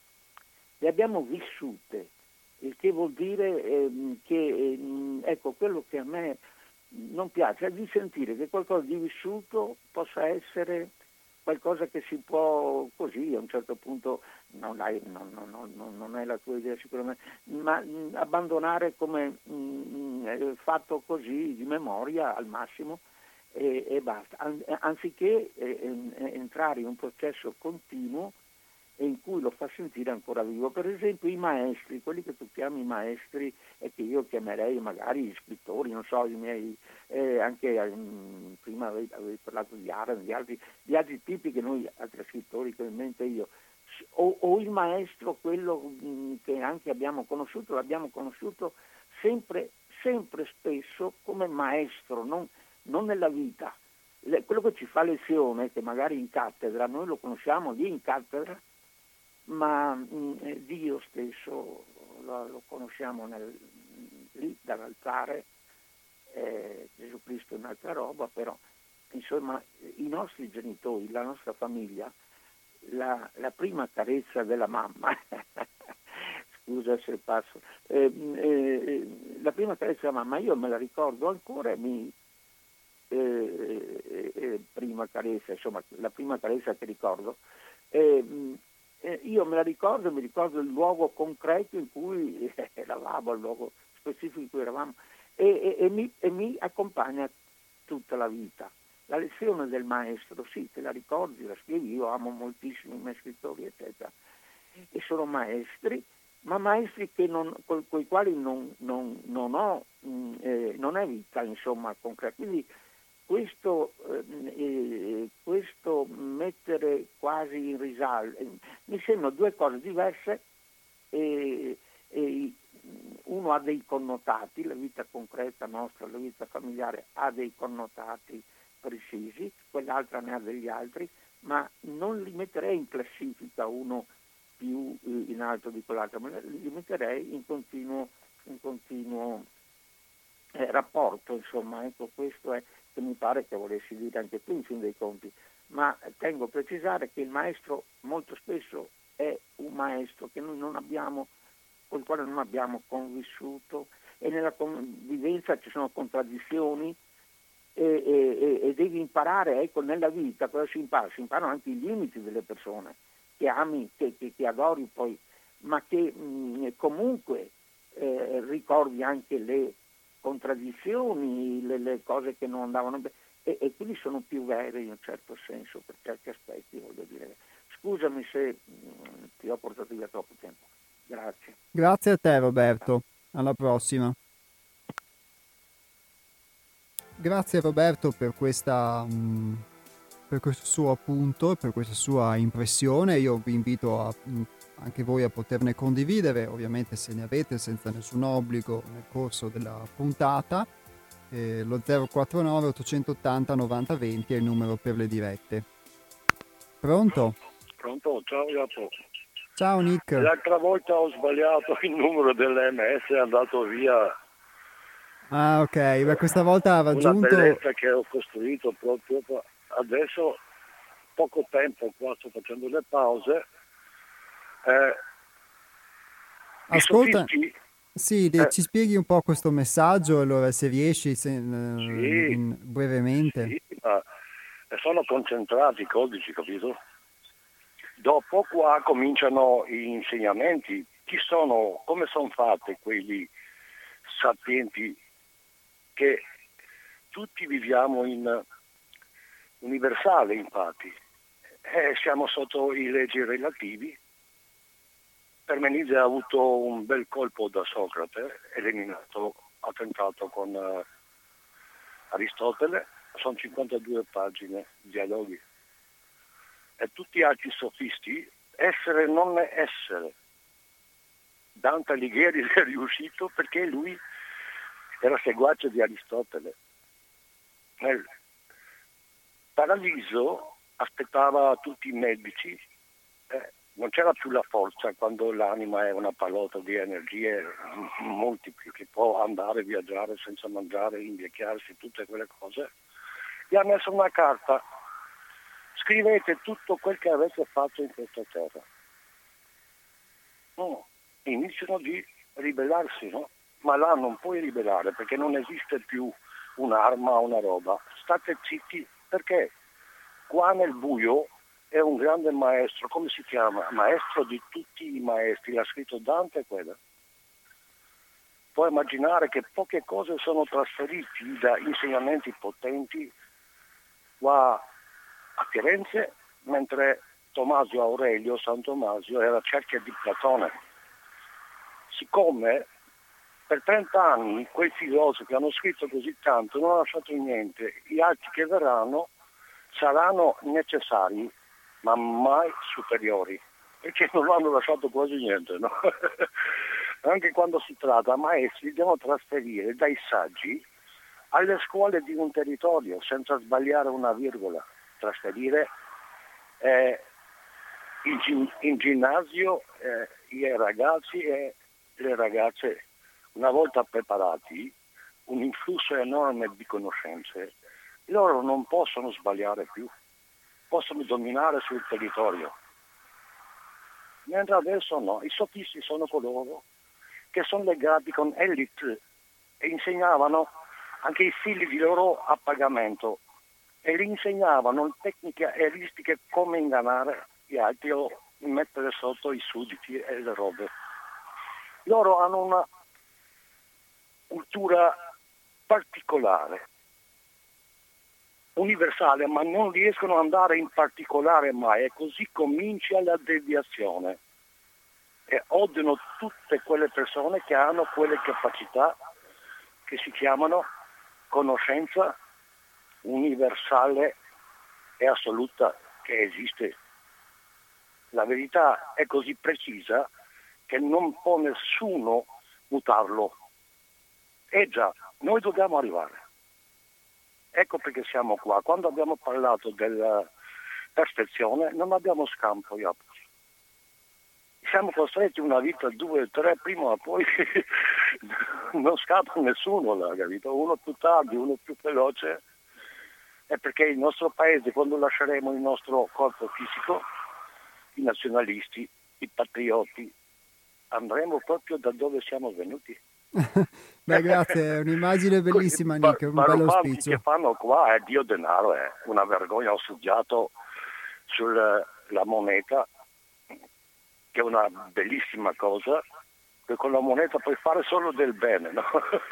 il che vuol dire che ecco, quello che a me non piace è di sentire che qualcosa di vissuto possa essere qualcosa che si può così a un certo punto, non è la tua idea sicuramente, ma abbandonare come fatto così di memoria al massimo e basta, anziché entrare in un processo continuo in cui lo fa sentire ancora vivo. Per esempio i maestri, quelli che tu chiami maestri e che io chiamerei magari scrittori, non so, i miei, anche prima avevi parlato di Arendt, di altri tipi che noi, altri scrittori che ho in mente io, o il maestro, quello che anche l'abbiamo conosciuto sempre spesso come maestro, non nella vita. Quello che ci fa lezione, che magari in cattedra, noi lo conosciamo lì in cattedra, ma Dio stesso lo conosciamo lì dall'altare, Gesù Cristo è un'altra roba, però insomma i nostri genitori, la nostra famiglia, la prima carezza della mamma, scusa se passo, la prima carezza della mamma, io me la ricordo ancora, prima carezza, insomma la prima carezza che ricordo, io me la ricordo, mi ricordo il luogo concreto in cui eravamo, il luogo specifico in cui eravamo, e mi accompagna tutta la vita. La lezione del maestro, sì, te la ricordi, la scrivi, io amo moltissimo i miei scrittori, eccetera, e sono maestri, ma maestri con i quali non è vita, insomma, concreta. Quindi questo mettere quasi in risalto, mi sembrano due cose diverse, e uno ha dei connotati, la vita concreta nostra, la vita familiare ha dei connotati precisi, quell'altra ne ha degli altri, ma non li metterei in classifica uno più in alto di quell'altro, ma li metterei in continuo rapporto, insomma, ecco, questo è che mi pare che volessi dire anche tu in fin dei conti, ma tengo a precisare che il maestro molto spesso è un maestro che noi con il quale non abbiamo convissuto, e nella convivenza ci sono contraddizioni e devi imparare, ecco, nella vita cosa si impara? Si imparano anche i limiti delle persone, che ami, che adori poi, ma che comunque ricordi anche le contraddizioni, le cose che non andavano bene, e quindi sono più vere in un certo senso per certi aspetti, voglio dire. Scusami se ti ho portato via troppo tempo. Grazie. Grazie a te Roberto, alla prossima. Grazie Roberto per per questo suo appunto, per questa sua impressione. Io vi invito anche voi a poterne condividere, ovviamente se ne avete, senza nessun obbligo, nel corso della puntata. Lo 049 880 90 20 è il numero per le dirette. Pronto? Pronto, ciao Jacopo. Ciao Nick. L'altra volta ho sbagliato il numero dell'MS, è andato via. Ah, ok, beh, questa volta ha raggiunto... Una bellezza che ho costruito proprio adesso, poco tempo qua, sto facendo le pause. Ascolta, sì, ci spieghi un po' questo messaggio, allora, se riesci, brevemente. Sì, ma sono concentrati i codici, capito? Dopo qua cominciano gli insegnamenti. Come sono fatte quelli sapienti che tutti viviamo in universale, infatti. Siamo sotto i leggi relativi. Parmenide ha avuto un bel colpo da Socrate, eliminato, ha tentato con Aristotele, sono 52 pagine, dialoghi. E tutti gli altri sofisti, essere e non essere. Dante Alighieri è riuscito perché lui era seguace di Aristotele. Nel Paradiso aspettava tutti i medici, non c'era più la forza quando l'anima è una pallottola di energie multipli che può andare, viaggiare senza mangiare, invecchiarsi, tutte quelle cose. Gli ha messo una carta: scrivete tutto quel che avete fatto in questa terra. No, iniziano di ribellarsi, no? Ma là non puoi ribellare perché non esiste più un'arma o una roba. State zitti, perché qua nel buio è un grande maestro, come si chiama? Maestro di tutti i maestri, l'ha scritto Dante quella. Puoi immaginare che poche cose sono trasferite da insegnamenti potenti qua a Firenze, mentre Tommasio Aurelio, San Tommasio, era cerchia di Platone. Siccome per 30 anni quei filosofi hanno scritto così tanto, non hanno lasciato niente, gli altri che verranno saranno necessari, ma mai superiori, perché non hanno lasciato quasi niente, no? Anche quando si tratta, maestri devono trasferire dai saggi alle scuole di un territorio senza sbagliare una virgola, trasferire in ginnasio i ragazzi e le ragazze, una volta preparati, un influsso enorme di conoscenze, loro non possono sbagliare più, possono dominare sul territorio. Mentre adesso no, i sofisti sono coloro che sono legati con elite e insegnavano anche i figli di loro a pagamento e gli insegnavano tecniche euristiche come ingannare gli altri o mettere sotto i sudditi e le robe. Loro hanno una cultura particolare, universale, ma non riescono ad andare in particolare mai, e così comincia la deviazione. E odiano tutte quelle persone che hanno quelle capacità che si chiamano conoscenza universale e assoluta che esiste. La verità è così precisa che non può nessuno mutarlo. E già, noi dobbiamo arrivare. Ecco perché siamo qua. Quando abbiamo parlato della perfezione non abbiamo scampo, Jacopo. Siamo costretti una vita, 2, 3, prima o poi non scappa nessuno là, capito? Uno più tardi, uno più veloce. È perché il nostro paese, quando lasceremo il nostro corpo fisico, i nazionalisti, i patrioti, andremo proprio da dove siamo venuti. Beh, grazie, è un'immagine bellissima, Nick, un bello auspicio. Che fanno qua è Dio denaro, è una vergogna. Ho studiato sulla moneta che è una bellissima cosa, che con la moneta puoi fare solo del bene, no?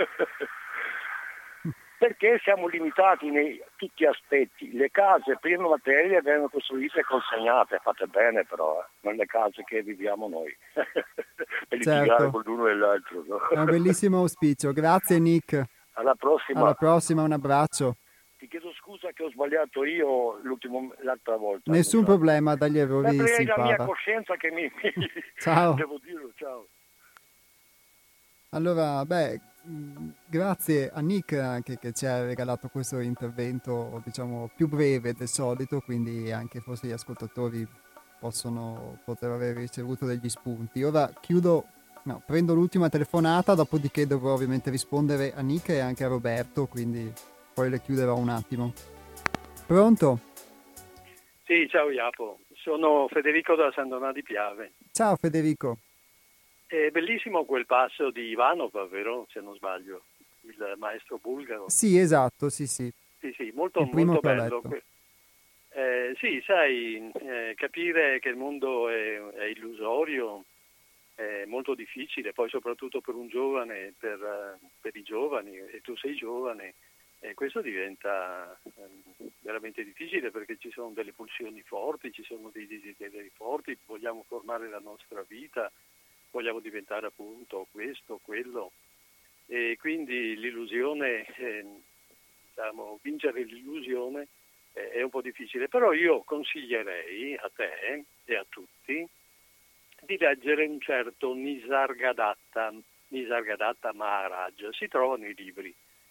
Perché siamo limitati nei tutti gli aspetti. Le case prime materie vengono costruite e consegnate, fatte bene però, non le case che viviamo noi, per litigare con l'uno e l'altro. No? È un bellissimo auspicio, grazie Nick. Alla prossima. Alla prossima, un abbraccio. Ti chiedo scusa che ho sbagliato io l'altra volta. Nessun problema, dagli errori si impara. È la mia impara. coscienza che mi... Ciao. Devo dirlo, ciao. Allora, grazie a Nick anche che ci ha regalato questo intervento, diciamo, più breve del solito, quindi anche forse gli ascoltatori poter aver ricevuto degli spunti. Ora prendo l'ultima telefonata, dopodiché dovrò ovviamente rispondere a Nick e anche a Roberto, quindi poi le chiuderò un attimo. Pronto? Sì, ciao Iapo, sono Federico da San Donà di Piave. Ciao Federico. È bellissimo quel passo di Ivanov, vero? Se non sbaglio, il maestro bulgaro. Sì, esatto, sì. Sì, molto bello. Sì, sai, capire che il mondo è illusorio è molto difficile, poi soprattutto per un giovane, per i giovani, e tu sei giovane, e questo diventa veramente difficile perché ci sono delle pulsioni forti, ci sono dei desideri forti, vogliamo formare la nostra vita, vogliamo diventare appunto questo, quello, e quindi l'illusione, vincere l'illusione è un po' difficile, però io consiglierei a te e a tutti di leggere un certo Nisargadatta Maharaj, si trova nei libri.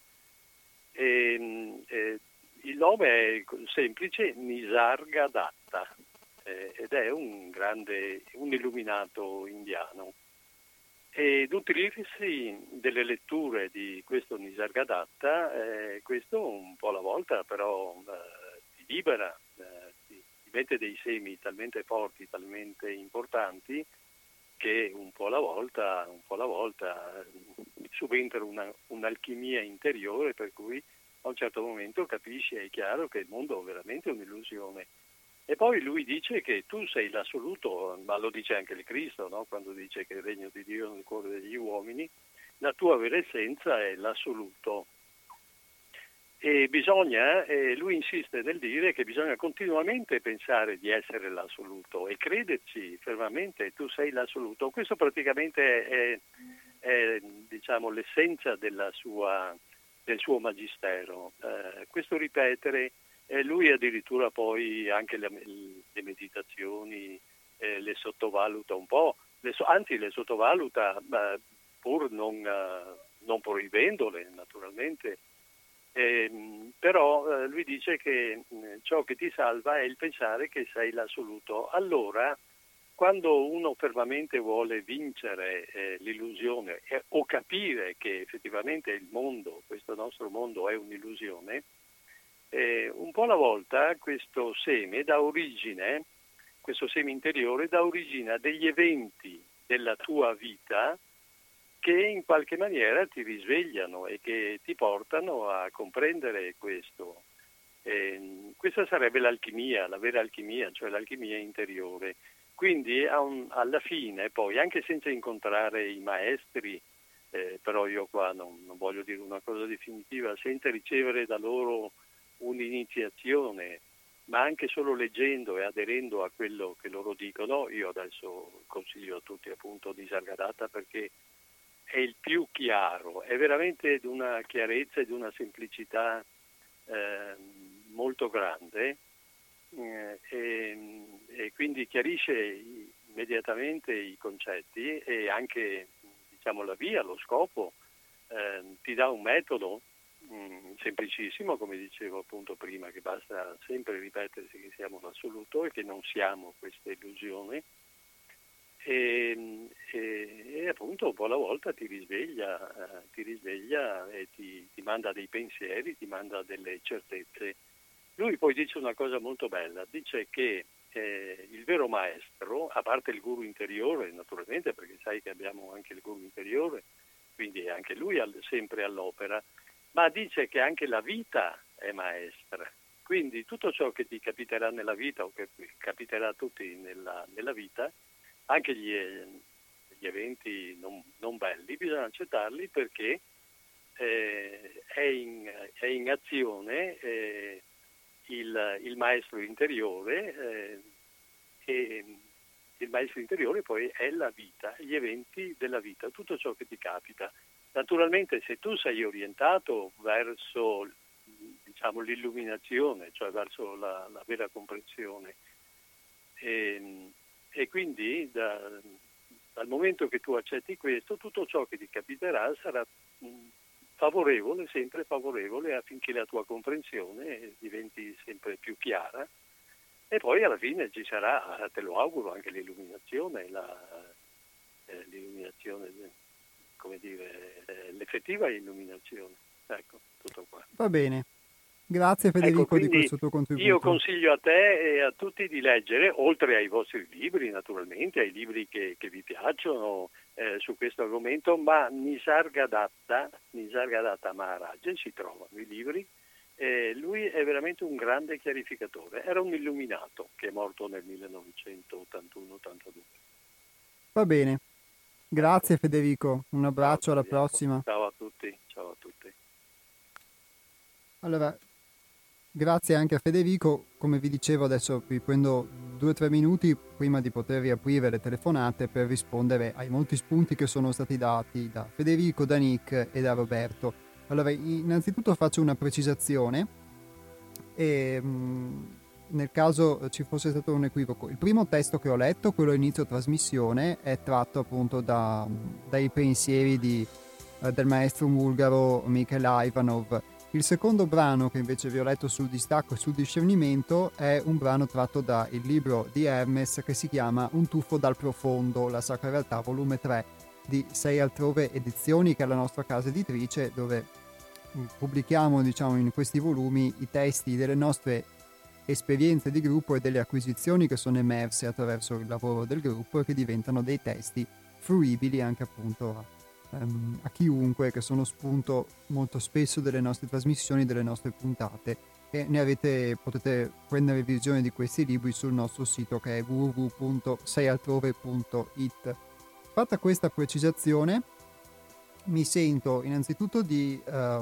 Il nome è semplice, Nisargadatta, ed è un illuminato indiano. Ed utilizzarsi delle letture di questo Nisargadatta, questo un po' alla volta però ti libera, ti mette dei semi talmente forti, talmente importanti, che un po' alla volta subentra un'alchimia interiore, per cui a un certo momento capisci, è chiaro che il mondo è veramente un'illusione. E poi lui dice che tu sei l'assoluto, ma lo dice anche il Cristo, no? Quando dice che il regno di Dio è nel cuore degli uomini, la tua vera essenza è l'assoluto. E lui insiste nel dire che bisogna continuamente pensare di essere l'assoluto e crederci fermamente, tu sei l'assoluto. Questo praticamente è diciamo, l'essenza del suo magistero. Questo ripetere, lui addirittura poi anche le meditazioni le sottovaluta un po', anzi le sottovaluta pur non proibendole naturalmente. Però lui dice che ciò che ti salva è il pensare che sei l'assoluto. Allora, quando uno fermamente vuole vincere l'illusione o capire che effettivamente il mondo, questo nostro mondo è un'illusione, un po' alla volta questo seme interiore dà origine a degli eventi della tua vita che in qualche maniera ti risvegliano e che ti portano a comprendere questo. Questa sarebbe l'alchimia, la vera alchimia, cioè l'alchimia interiore. Quindi alla fine, poi, anche senza incontrare i maestri, però io qua non voglio dire una cosa definitiva, senza ricevere da loro un'iniziazione, ma anche solo leggendo e aderendo a quello che loro dicono, io adesso consiglio a tutti appunto Nisargadatta perché è il più chiaro, è veramente di una chiarezza e di una semplicità molto grande e quindi chiarisce immediatamente i concetti e anche diciamo la via, lo scopo, ti dà un metodo semplicissimo, come dicevo appunto prima, che basta sempre ripetersi che siamo l'assoluto e che non siamo questa illusione. E appunto un po' alla volta ti risveglia e ti manda dei pensieri, ti manda delle certezze. Lui poi dice una cosa molto bella, dice che il vero maestro, a parte il guru interiore naturalmente, perché sai che abbiamo anche il guru interiore, quindi anche lui sempre all'opera, ma dice che anche la vita è maestra. Quindi tutto ciò che ti capiterà nella vita o che capiterà a tutti nella vita anche gli eventi non belli bisogna accettarli, perché è in azione il maestro interiore, e il maestro interiore poi è la vita, gli eventi della vita, tutto ciò che ti capita. Naturalmente, se tu sei orientato verso, diciamo, l'illuminazione, cioè verso la vera comprensione, e quindi dal momento che tu accetti questo, tutto ciò che ti capiterà sarà favorevole, sempre favorevole, affinché la tua comprensione diventi sempre più chiara, e poi alla fine ci sarà, te lo auguro, anche l'illuminazione, l'illuminazione, come dire, l'effettiva illuminazione. Ecco, tutto qua. Va bene. Grazie Federico, di questo tuo contributo. Io consiglio a te e a tutti di leggere, oltre ai vostri libri naturalmente, ai libri che vi piacciono su questo argomento, ma Nisargadatta Maharaj, si trovano i libri. Lui è veramente un grande chiarificatore, era un illuminato che è morto nel 1981-82. Va bene, grazie Federico, un abbraccio, alla prossima. Ciao a tutti, ciao a tutti. Allora, grazie anche a Federico. Come vi dicevo, adesso vi prendo 2 o 3 minuti prima di poter riaprire le telefonate per rispondere ai molti spunti che sono stati dati da Federico, da Nick e da Roberto. Allora, innanzitutto faccio una precisazione e nel caso ci fosse stato un equivoco. Il primo testo che ho letto, quello a inizio trasmissione, è tratto appunto dai pensieri del maestro bulgaro Mikhail Ivanov. Il secondo brano, che invece vi ho letto sul distacco e sul discernimento, è un brano tratto dal libro di Hermes che si chiama Un tuffo dal profondo, la Sacra Realtà, volume 3 di 6 Altrove Edizioni, che è la nostra casa editrice, dove pubblichiamo, diciamo, in questi volumi i testi delle nostre esperienze di gruppo e delle acquisizioni che sono emerse attraverso il lavoro del gruppo e che diventano dei testi fruibili anche appunto a chiunque, che sono spunto molto spesso delle nostre trasmissioni, delle nostre puntate, e potete prendere visione di questi libri sul nostro sito, che è www.seialtrove.it. Fatta questa precisazione, mi sento innanzitto mi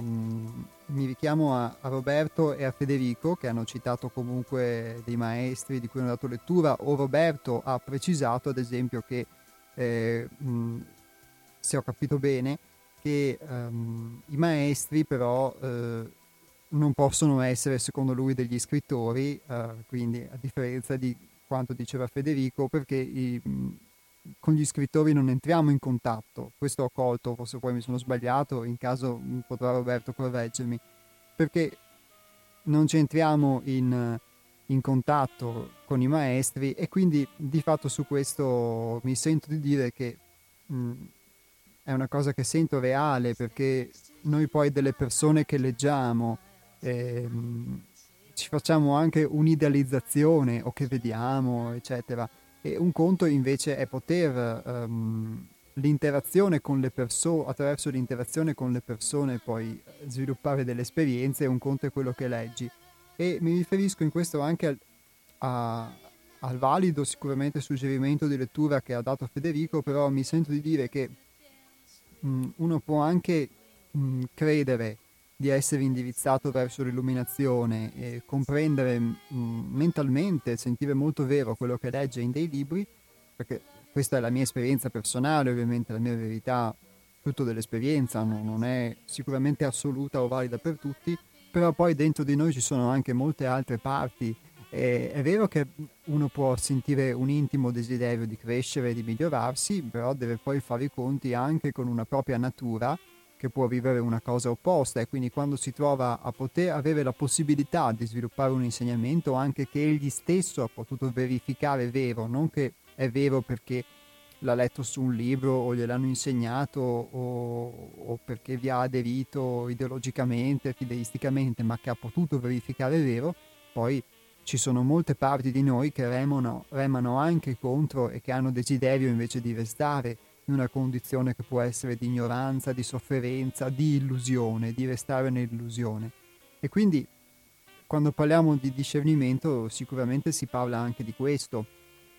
richiamo a Roberto e a Federico, che hanno citato comunque dei maestri di cui hanno dato lettura, o Roberto ha precisato ad esempio che se ho capito bene, che i maestri però non possono essere, secondo lui, degli scrittori, quindi a differenza di quanto diceva Federico, perché con gli scrittori non entriamo in contatto. Questo ho colto, forse poi mi sono sbagliato, in caso potrà Roberto correggermi, perché non ci entriamo in contatto con i maestri, e quindi di fatto su questo mi sento di dire che è una cosa che sento reale, perché noi poi delle persone che leggiamo ci facciamo anche un'idealizzazione, o che vediamo, eccetera. E un conto invece è poter l'interazione con le persone, attraverso l'interazione con le persone poi sviluppare delle esperienze, e un conto è quello che leggi. E mi riferisco in questo anche al valido sicuramente suggerimento di lettura che ha dato Federico, però mi sento di dire che uno può anche credere di essere indirizzato verso l'illuminazione e comprendere mentalmente, sentire molto vero quello che legge in dei libri, perché questa è la mia esperienza personale, ovviamente la mia verità, frutto dell'esperienza, non è sicuramente assoluta o valida per tutti, però poi dentro di noi ci sono anche molte altre parti. È vero che uno può sentire un intimo desiderio di crescere e di migliorarsi, però deve poi fare i conti anche con una propria natura che può vivere una cosa opposta, e quindi quando si trova a poter avere la possibilità di sviluppare un insegnamento anche che egli stesso ha potuto verificare vero, non che è vero perché l'ha letto su un libro o gliel'hanno insegnato o perché vi ha aderito ideologicamente, fideisticamente, ma che ha potuto verificare vero, poi ci sono molte parti di noi che remano anche contro e che hanno desiderio invece di restare in una condizione che può essere di ignoranza, di sofferenza, di illusione, di restare nell'illusione. E quindi quando parliamo di discernimento sicuramente si parla anche di questo,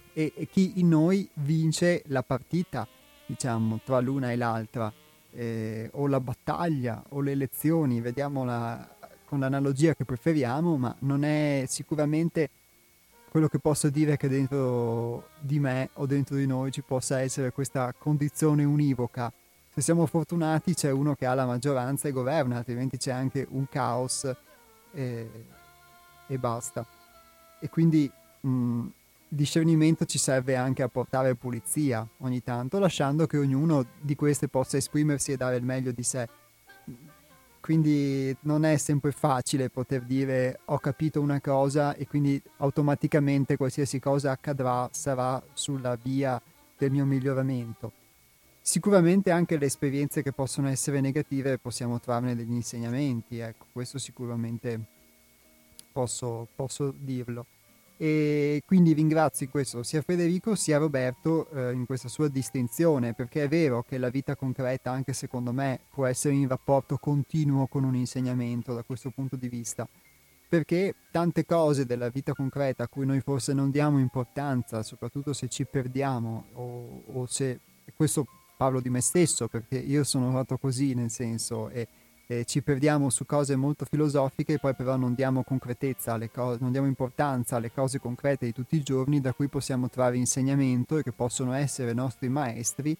e chi in noi vince la partita, diciamo, tra l'una e l'altra, o la battaglia o le elezioni, vediamola con l'analogia che preferiamo, ma non è sicuramente quello che posso dire che dentro di me o dentro di noi ci possa essere questa condizione univoca. Se siamo fortunati c'è uno che ha la maggioranza e governa, altrimenti c'è anche un caos e basta. E quindi discernimento ci serve anche a portare pulizia ogni tanto, lasciando che ognuno di queste possa esprimersi e dare il meglio di sé. Quindi non è sempre facile poter dire ho capito una cosa e quindi automaticamente qualsiasi cosa accadrà sarà sulla via del mio miglioramento. Sicuramente anche le esperienze che possono essere negative possiamo trarne degli insegnamenti, ecco, questo sicuramente posso dirlo. E quindi ringrazio in questo sia Federico sia Roberto in questa sua distinzione, perché è vero che la vita concreta, anche secondo me, può essere in rapporto continuo con un insegnamento da questo punto di vista, perché tante cose della vita concreta a cui noi forse non diamo importanza, soprattutto se ci perdiamo o se, questo parlo di me stesso perché io sono fatto così, nel senso, e ci perdiamo su cose molto filosofiche, poi però non diamo concretezza alle cose, non diamo importanza alle cose concrete di tutti i giorni da cui possiamo trarre insegnamento e che possono essere nostri maestri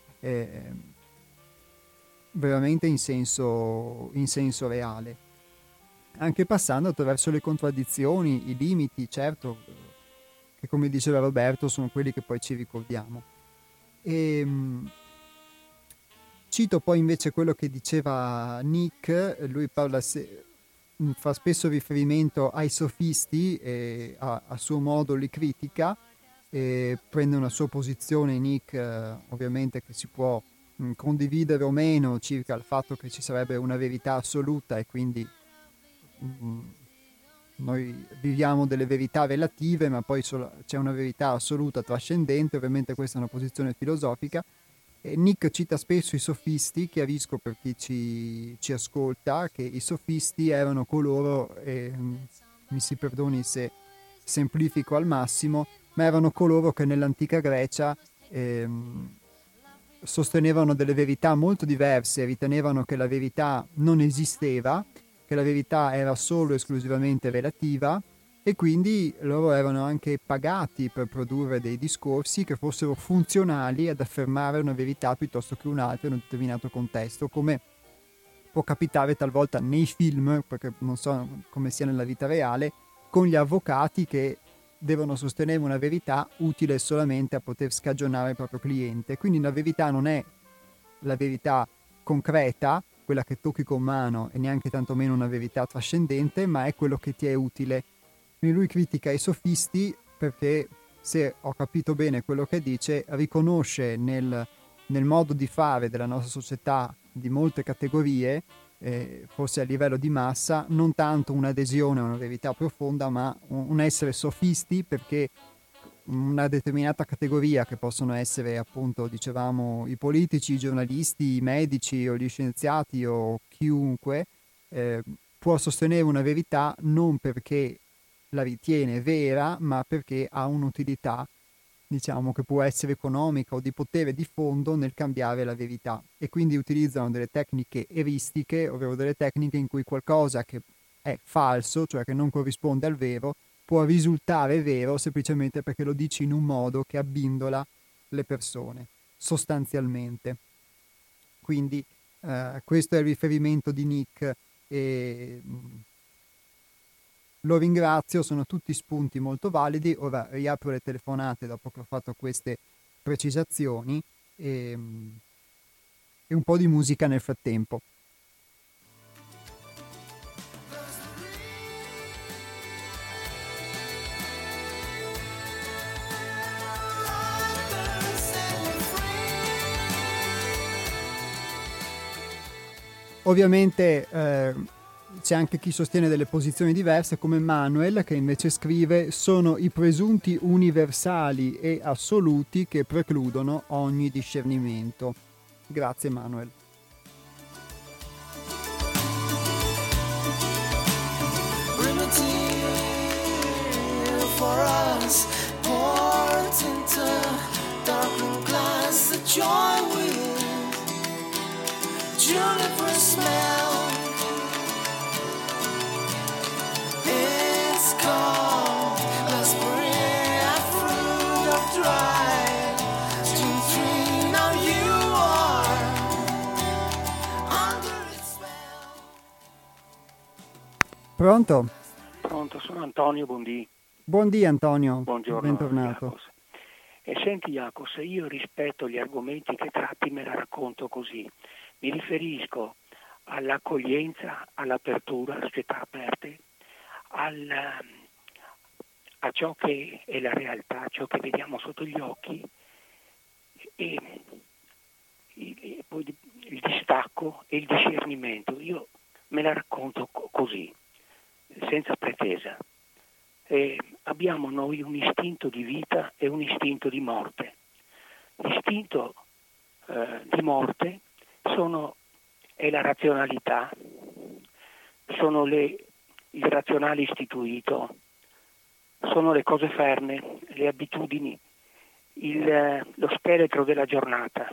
veramente in senso reale, anche passando attraverso le contraddizioni, i limiti, certo, che come diceva Roberto sono quelli che poi ci ricordiamo. Cito poi invece quello che diceva Nick, lui fa spesso riferimento ai sofisti e a suo modo li critica, e prende una sua posizione Nick, ovviamente, che si può condividere o meno circa il fatto che ci sarebbe una verità assoluta e quindi noi viviamo delle verità relative, ma poi c'è una verità assoluta trascendente. Ovviamente questa è una posizione filosofica. Nick cita spesso i sofisti, chiarisco per chi ci ascolta, che i sofisti erano coloro, mi si perdoni se semplifico al massimo, ma erano coloro che nell'antica Grecia sostenevano delle verità molto diverse, ritenevano che la verità non esisteva, che la verità era solo e esclusivamente relativa, e quindi loro erano anche pagati per produrre dei discorsi che fossero funzionali ad affermare una verità piuttosto che un'altra in un determinato contesto, come può capitare talvolta nei film, perché non so come sia nella vita reale, con gli avvocati che devono sostenere una verità utile solamente a poter scagionare il proprio cliente. Quindi la verità non è la verità concreta, quella che tocchi con mano, e neanche tantomeno una verità trascendente, ma è quello che ti è utile. Quindi lui critica i sofisti perché, se ho capito bene quello che dice, riconosce nel modo di fare della nostra società di molte categorie, forse a livello di massa, non tanto un'adesione a una verità profonda, ma un essere sofisti, perché una determinata categoria, che possono essere appunto, dicevamo, i politici, i giornalisti, i medici o gli scienziati o chiunque, può sostenere una verità non perché la ritiene vera, ma perché ha un'utilità, diciamo, che può essere economica o di potere di fondo nel cambiare la verità, e quindi utilizzano delle tecniche eristiche, ovvero delle tecniche in cui qualcosa che è falso, cioè che non corrisponde al vero, può risultare vero semplicemente perché lo dici in un modo che abbindola le persone, sostanzialmente. Quindi questo è il riferimento di Nick, e lo ringrazio, sono tutti spunti molto validi. Ora riapro le telefonate dopo che ho fatto queste precisazioni e un po' di musica nel frattempo. Ovviamente c'è anche chi sostiene delle posizioni diverse, come Manuel, che invece scrive: sono i presunti universali e assoluti che precludono ogni discernimento. Grazie Manuel. For us, into darkened glass, the joy with juniper smell. It's called a spring, a fruit of dry June tree. Now you are under its spell. Pronto? Pronto, sono Antonio Bondi. Buondì Antonio, Buongiorno. bentornato. Iacos. E senti Iacos, se io rispetto gli argomenti che tratti me la racconto così. Mi riferisco all'accoglienza, all'apertura, a società aperte, a ciò che è la realtà, ciò che vediamo sotto gli occhi e poi il distacco e il discernimento. Io me la racconto così, senza pretesa. Abbiamo noi un istinto di vita e un istinto di morte. L'istinto di morte è la razionalità, sono il razionale istituito, sono le cose ferme, le abitudini, lo scheletro della giornata.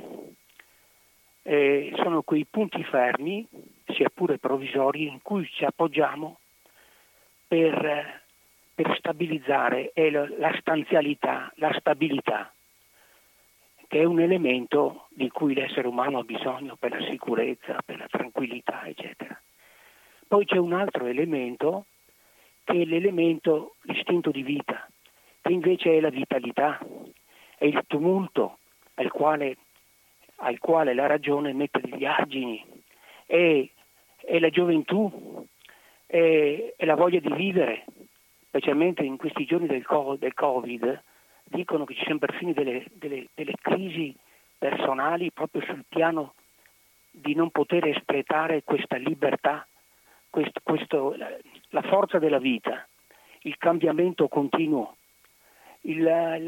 Sono quei punti fermi, sia pure provvisori, in cui ci appoggiamo per stabilizzare la stanzialità, la stabilità, che è un elemento di cui l'essere umano ha bisogno per la sicurezza, per la tranquillità, eccetera. Poi c'è un altro elemento, che è l'istinto di vita, che invece è la vitalità, è il tumulto al quale la ragione mette degli argini, è la gioventù, è la voglia di vivere, specialmente in questi giorni del Covid, dicono che ci sono perfino delle crisi personali proprio sul piano di non poter espletare questa libertà, la forza della vita, il cambiamento continuo, il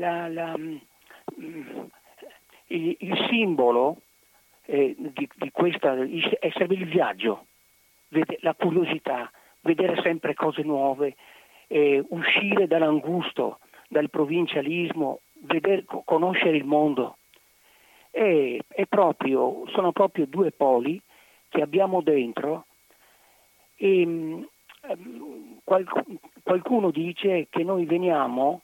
simbolo di questa serve il viaggio, la curiosità, vedere sempre cose nuove, uscire dall'angusto, dal provincialismo, conoscere il mondo. Sono proprio due poli che abbiamo dentro e qualcuno dice che noi veniamo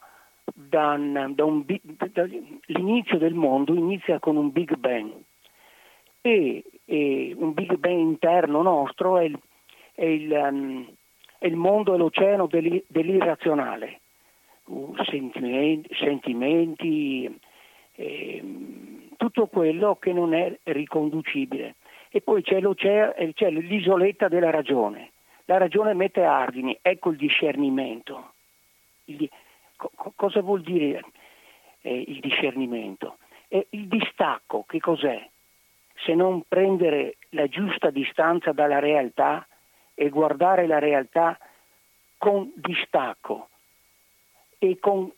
l'inizio del mondo inizia con un Big Bang e un Big Bang interno nostro è il mondo e l'oceano dell'irrazionale, sentimenti, tutto quello che non è riconducibile. E poi c'è l'isoletta della ragione. La ragione mette argini, ecco il discernimento. Cosa vuol dire il discernimento? Il distacco, che cos'è? Se non prendere la giusta distanza dalla realtà e guardare la realtà con distacco e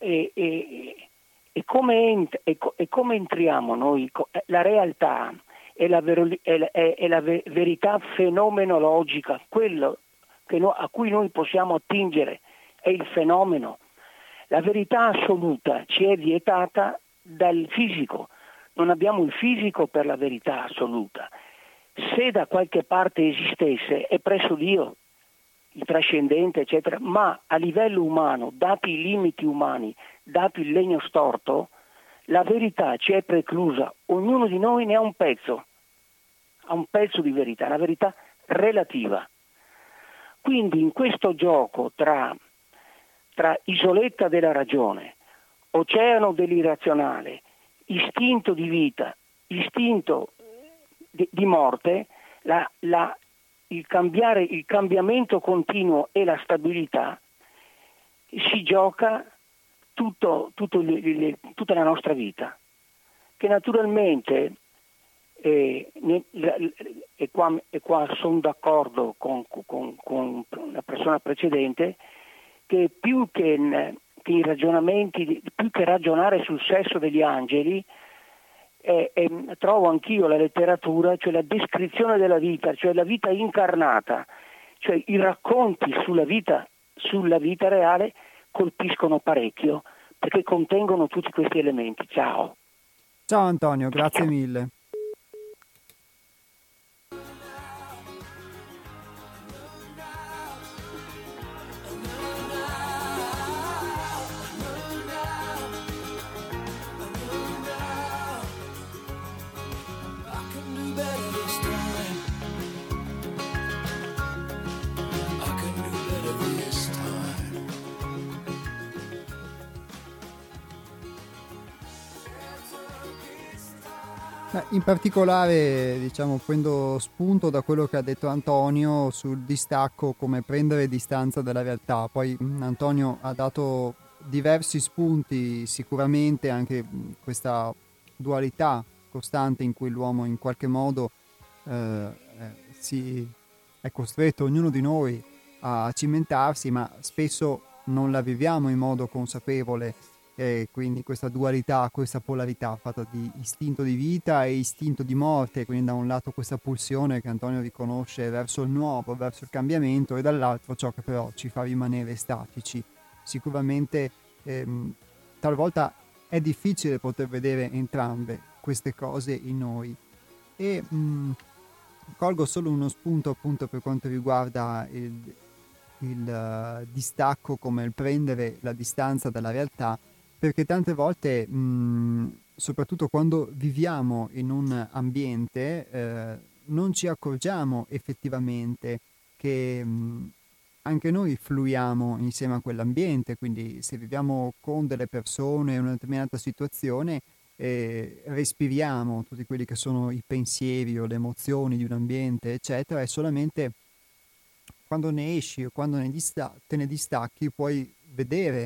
come entriamo noi? La realtà è la verità fenomenologica, quello a cui noi possiamo attingere è il fenomeno. La verità assoluta ci è vietata dal fisico, non abbiamo il fisico per la verità assoluta. Se da qualche parte esistesse è presso Dio, il trascendente, eccetera, ma a livello umano, dati i limiti umani, dato il legno storto, la verità ci è preclusa. Ognuno di noi ne ha un pezzo di verità, una verità relativa. Quindi in questo gioco tra isoletta della ragione, oceano dell'irrazionale, istinto di vita, istinto di morte, il cambiamento continuo e la stabilità, si gioca tutta la nostra vita, che naturalmente e qua sono d'accordo con la persona precedente, che più che i ragionamenti, più che ragionare sul sesso degli angeli, trovo anch'io la letteratura, cioè la descrizione della vita, cioè la vita incarnata, cioè i racconti sulla vita reale colpiscono parecchio, perché contengono tutti questi elementi. Ciao. Ciao Antonio, grazie mille. In particolare, diciamo, prendo spunto da quello che ha detto Antonio sul distacco, come prendere distanza dalla realtà. Poi Antonio ha dato diversi spunti, sicuramente anche questa dualità costante in cui l'uomo in qualche modo si è costretto, ognuno di noi, a cimentarsi, ma spesso non la viviamo in modo consapevole. E quindi questa dualità, questa polarità fatta di istinto di vita e istinto di morte, quindi da un lato questa pulsione che Antonio riconosce verso il nuovo, verso il cambiamento, e dall'altro ciò che però ci fa rimanere statici. Sicuramente talvolta è difficile poter vedere entrambe queste cose in noi, e colgo solo uno spunto appunto per quanto riguarda il distacco come il prendere la distanza dalla realtà, perché tante volte, soprattutto quando viviamo in un ambiente, non ci accorgiamo effettivamente che anche noi fluiamo insieme a quell'ambiente, quindi se viviamo con delle persone in una determinata situazione, respiriamo tutti quelli che sono i pensieri o le emozioni di un ambiente, eccetera, e solamente quando ne esci o quando te ne distacchi puoi vedere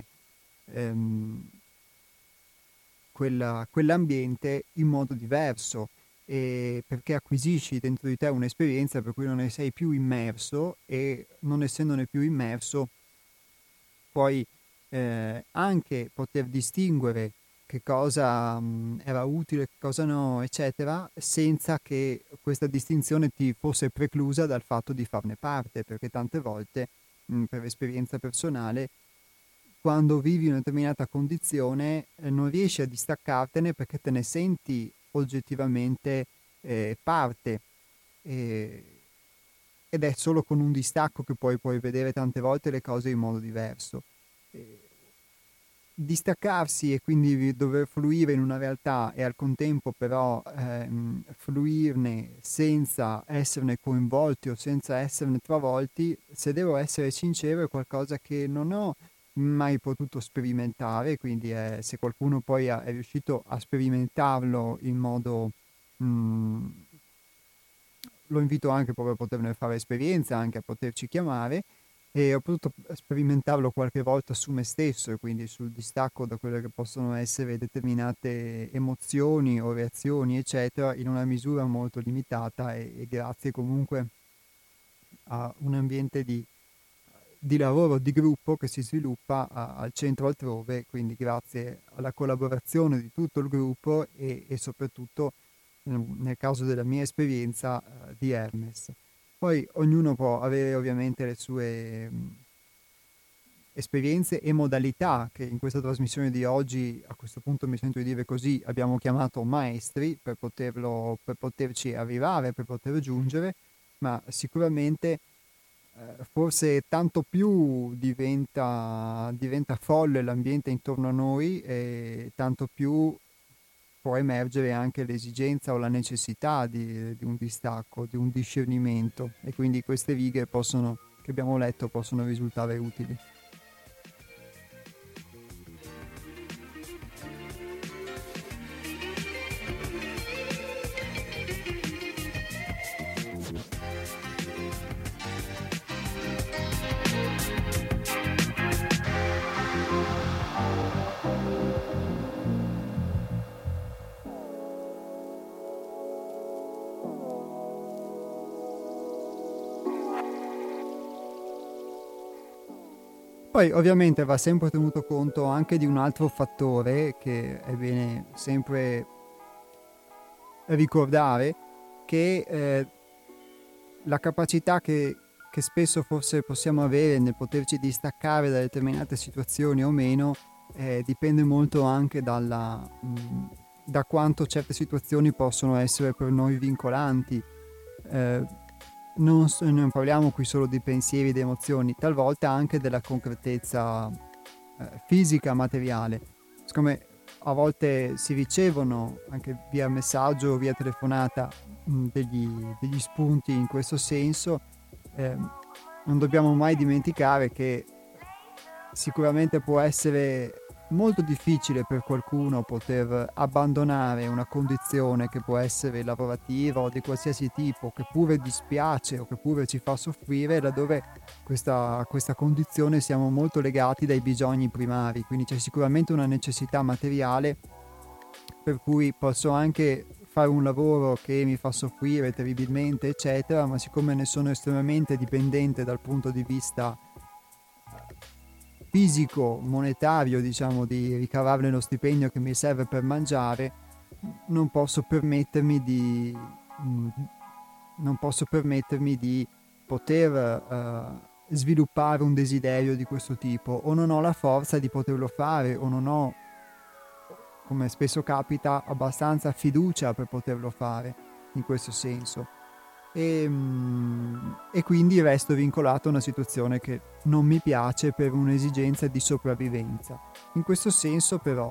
quell'ambiente in modo diverso, perché acquisisci dentro di te un'esperienza per cui non ne sei più immerso, e non essendone più immerso puoi anche poter distinguere che cosa era utile, che cosa no, eccetera, senza che questa distinzione ti fosse preclusa dal fatto di farne parte, perché tante volte, per esperienza personale, quando vivi una determinata condizione non riesci a distaccartene perché te ne senti oggettivamente parte, ed è solo con un distacco che poi puoi vedere tante volte le cose in modo diverso. Distaccarsi e quindi dover fluire in una realtà e al contempo però fluirne senza esserne coinvolti o senza esserne travolti, se devo essere sincero, è qualcosa che non ho mai potuto sperimentare, quindi se qualcuno poi è riuscito a sperimentarlo in modo lo invito anche proprio a poterne fare esperienza, anche a poterci chiamare, e ho potuto sperimentarlo qualche volta su me stesso, e quindi sul distacco da quelle che possono essere determinate emozioni o reazioni, eccetera, in una misura molto limitata, e grazie comunque a un ambiente di lavoro, di gruppo che si sviluppa al centro altrove, quindi grazie alla collaborazione di tutto il gruppo e soprattutto nel caso della mia esperienza di Hermes. Poi ognuno può avere ovviamente le sue esperienze e modalità, che in questa trasmissione di oggi, a questo punto mi sento di dire così, abbiamo chiamato maestri per poterci arrivare, per poter giungere, ma sicuramente forse tanto più diventa folle l'ambiente intorno a noi, e tanto più può emergere anche l'esigenza o la necessità di un distacco, di un discernimento, e quindi queste righe che abbiamo letto possono risultare utili. Poi ovviamente va sempre tenuto conto anche di un altro fattore che è bene sempre ricordare, che la capacità che spesso forse possiamo avere nel poterci distaccare da determinate situazioni o meno dipende molto anche da quanto certe situazioni possono essere per noi vincolanti. Non parliamo qui solo di pensieri, di emozioni, talvolta anche della concretezza fisica, materiale. Siccome a volte si ricevono anche via messaggio o via telefonata degli spunti in questo senso, non dobbiamo mai dimenticare che sicuramente può essere molto difficile per qualcuno poter abbandonare una condizione che può essere lavorativa o di qualsiasi tipo, che pure dispiace o che pure ci fa soffrire, laddove questa condizione siamo molto legati dai bisogni primari, quindi c'è sicuramente una necessità materiale per cui posso anche fare un lavoro che mi fa soffrire terribilmente, eccetera, ma siccome ne sono estremamente dipendente dal punto di vista fisico, monetario, diciamo, di ricavare lo stipendio che mi serve per mangiare, non posso permettermi di poter sviluppare un desiderio di questo tipo, o non ho la forza di poterlo fare, o non ho, come spesso capita, abbastanza fiducia per poterlo fare in questo senso. E quindi resto vincolato a una situazione che non mi piace per un'esigenza di sopravvivenza. In questo senso però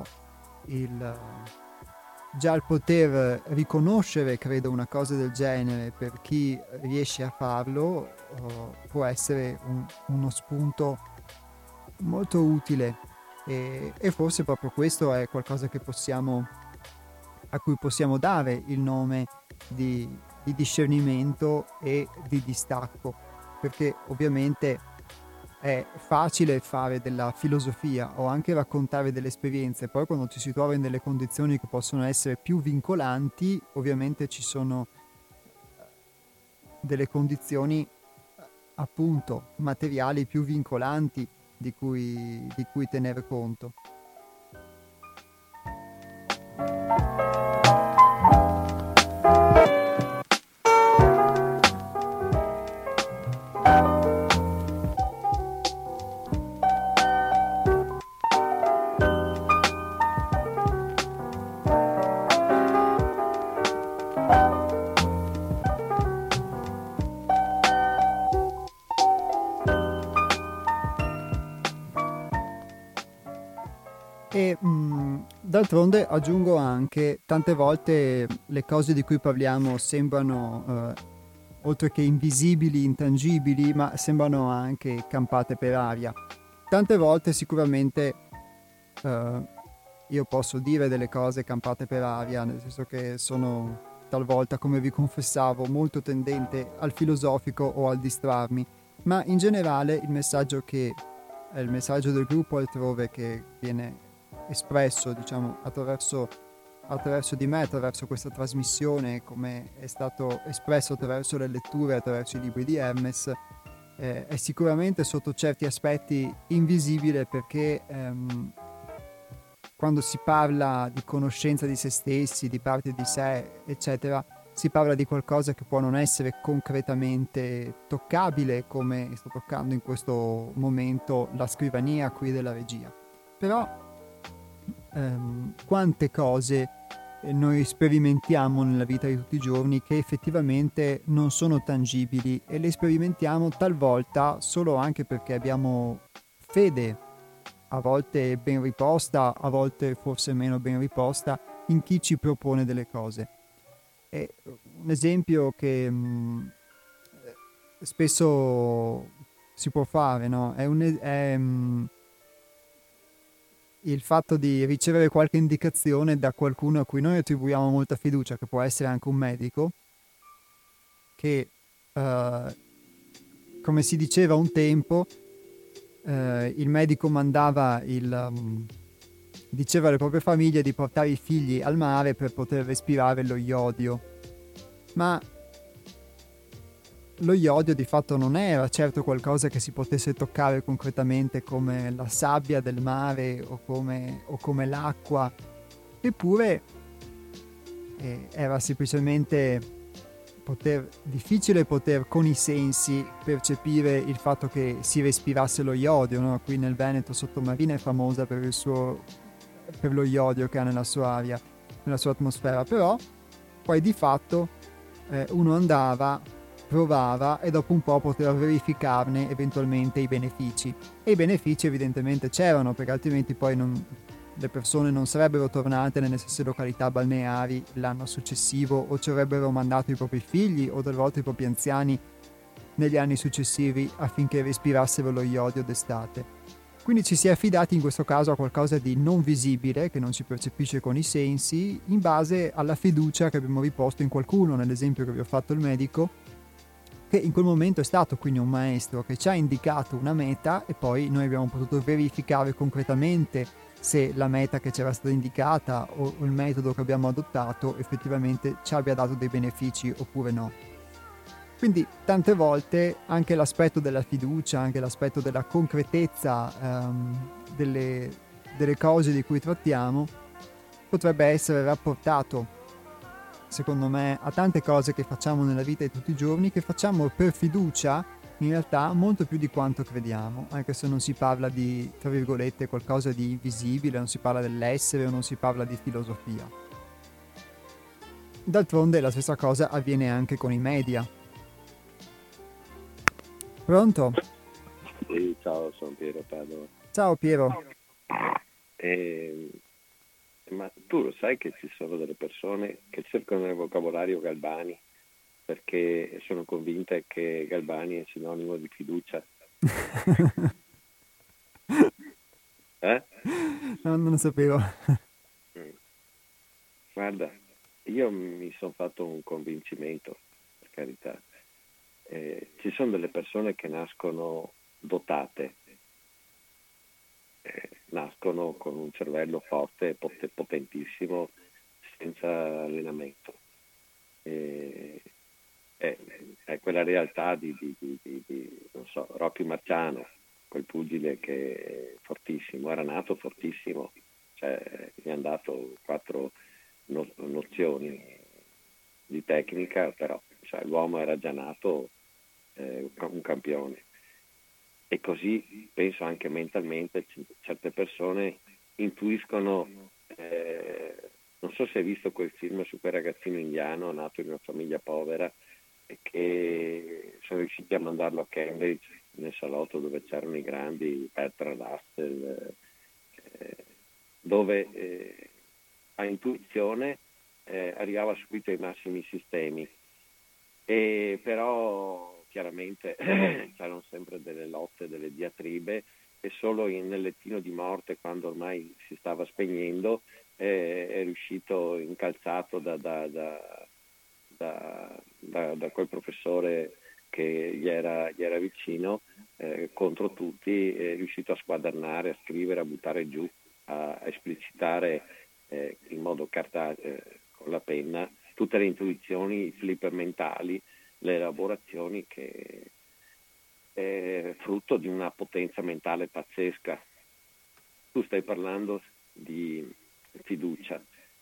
già il poter riconoscere, credo, una cosa del genere per chi riesce a farlo può essere uno spunto molto utile, e forse proprio questo è qualcosa che a cui possiamo dare il nome di discernimento e di distacco, perché ovviamente è facile fare della filosofia o anche raccontare delle esperienze, poi quando ci si trova in delle condizioni che possono essere più vincolanti, ovviamente ci sono delle condizioni appunto materiali più vincolanti di cui tenere conto. E d'altronde aggiungo anche, tante volte le cose di cui parliamo sembrano, oltre che invisibili, intangibili, ma sembrano anche campate per aria. Tante volte sicuramente io posso dire delle cose campate per aria, nel senso che sono talvolta, come vi confessavo, molto tendente al filosofico o al distrarmi, ma in generale il messaggio che è il messaggio del gruppo altrove, che viene espresso, diciamo, attraverso di me, attraverso questa trasmissione, come è stato espresso attraverso le letture, attraverso i libri di Hermes, è sicuramente sotto certi aspetti invisibile, perché quando si parla di conoscenza di se stessi, di parte di sé, eccetera, si parla di qualcosa che può non essere concretamente toccabile, come sto toccando in questo momento la scrivania qui della regia. Però quante cose noi sperimentiamo nella vita di tutti i giorni che effettivamente non sono tangibili, e le sperimentiamo talvolta solo anche perché abbiamo fede, a volte ben riposta, a volte forse meno ben riposta, in chi ci propone delle cose. E un esempio che spesso si può fare, no? È il fatto di ricevere qualche indicazione da qualcuno a cui noi attribuiamo molta fiducia, che può essere anche un medico, che come si diceva un tempo, il medico diceva alle proprie famiglie di portare i figli al mare per poter respirare lo iodio, ma lo iodio di fatto non era certo qualcosa che si potesse toccare concretamente come la sabbia del mare o come l'acqua, eppure era semplicemente difficile poter con i sensi percepire il fatto che si respirasse lo iodio, no? Qui nel Veneto Sottomarina è famosa per lo iodio che ha nella sua aria, nella sua atmosfera, però poi di fatto uno andava, provava e dopo un po' poteva verificarne eventualmente i benefici. E i benefici evidentemente c'erano, perché altrimenti poi le persone non sarebbero tornate nelle stesse località balneari l'anno successivo, o ci avrebbero mandato i propri figli o talvolta i propri anziani negli anni successivi affinché respirassero lo iodio d'estate. Quindi ci si è affidati in questo caso a qualcosa di non visibile, che non si percepisce con i sensi, in base alla fiducia che abbiamo riposto in qualcuno, nell'esempio che vi ho fatto il medico, che in quel momento è stato quindi un maestro che ci ha indicato una meta e poi noi abbiamo potuto verificare concretamente se la meta che ci era stata indicata o il metodo che abbiamo adottato effettivamente ci abbia dato dei benefici oppure no. Quindi tante volte anche l'aspetto della fiducia, anche l'aspetto della concretezza delle cose di cui trattiamo potrebbe essere rapportato, secondo me, a tante cose che facciamo nella vita di tutti i giorni, che facciamo per fiducia in realtà molto più di quanto crediamo, anche se non si parla di, tra virgolette, qualcosa di invisibile, non si parla dell'essere o non si parla di filosofia. D'altronde la stessa cosa avviene anche con i media. Pronto? Sì, ciao, sono Piero Padova. Ciao Piero. Ma tu lo sai che ci sono delle persone che cercano nel vocabolario Galbani perché sono convinte che Galbani è sinonimo di fiducia? No, non lo sapevo. Guarda, io mi sono fatto un convincimento, per carità. Ci sono delle persone che nascono dotate, nascono con un cervello forte, potentissimo, senza allenamento. È quella realtà di non so, Rocky Marciano, quel pugile che è fortissimo, era nato fortissimo, cioè gli hanno dato 4 nozioni di tecnica, però cioè, l'uomo era già nato un campione. E così penso anche mentalmente certe persone intuiscono, non so se hai visto quel film su quel ragazzino indiano nato in una famiglia povera e che sono riusciti a mandarlo a Cambridge, nel salotto dove c'erano i grandi, Bertrand Russell, dove a intuizione arrivava subito ai massimi sistemi, e però chiaramente c'erano sempre delle lotte, delle diatribe, e solo nel lettino di morte, quando ormai si stava spegnendo, è riuscito, incalzato da quel professore che gli era vicino, contro tutti, è riuscito a squadernare, a scrivere, a buttare giù, a esplicitare in modo cartaceo, con la penna, tutte le intuizioni, i flip mentali, le elaborazioni, che è frutto di una potenza mentale pazzesca. Tu stai parlando di fiducia,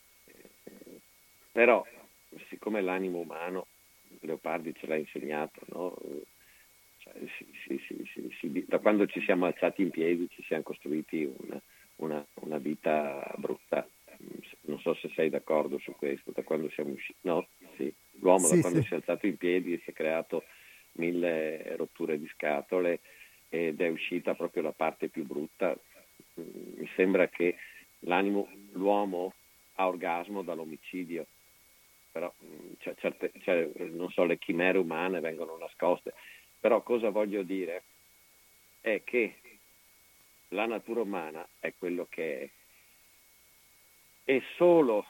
però siccome l'animo umano, Leopardi ce l'ha insegnato, no? Cioè, da quando ci siamo alzati in piedi ci siamo costruiti una vita brutta. Non so se sei d'accordo su questo. Da quando siamo usciti, no? Sì. L'uomo da quando si è alzato in piedi si è creato 1000 rotture di scatole ed è uscita proprio la parte più brutta. Mi sembra che l'uomo ha orgasmo dall'omicidio, però non so, le chimere umane vengono nascoste. Però cosa voglio dire è che la natura umana è quello che è, e solo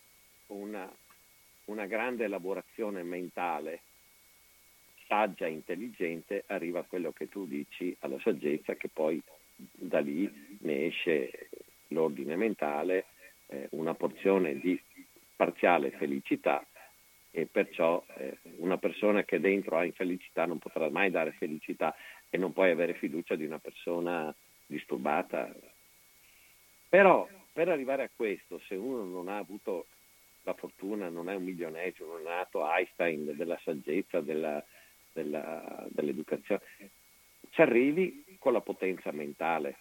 una grande elaborazione mentale, saggia e intelligente, arriva a quello che tu dici, alla saggezza, che poi da lì ne esce l'ordine mentale, una porzione di parziale felicità, e perciò una persona che dentro ha infelicità non potrà mai dare felicità, e non puoi avere fiducia di una persona disturbata. Però per arrivare a questo, se uno non ha avuto la fortuna, non è un milionesimo, non è nato Einstein della saggezza, dell'educazione. Ci arrivi con la potenza mentale.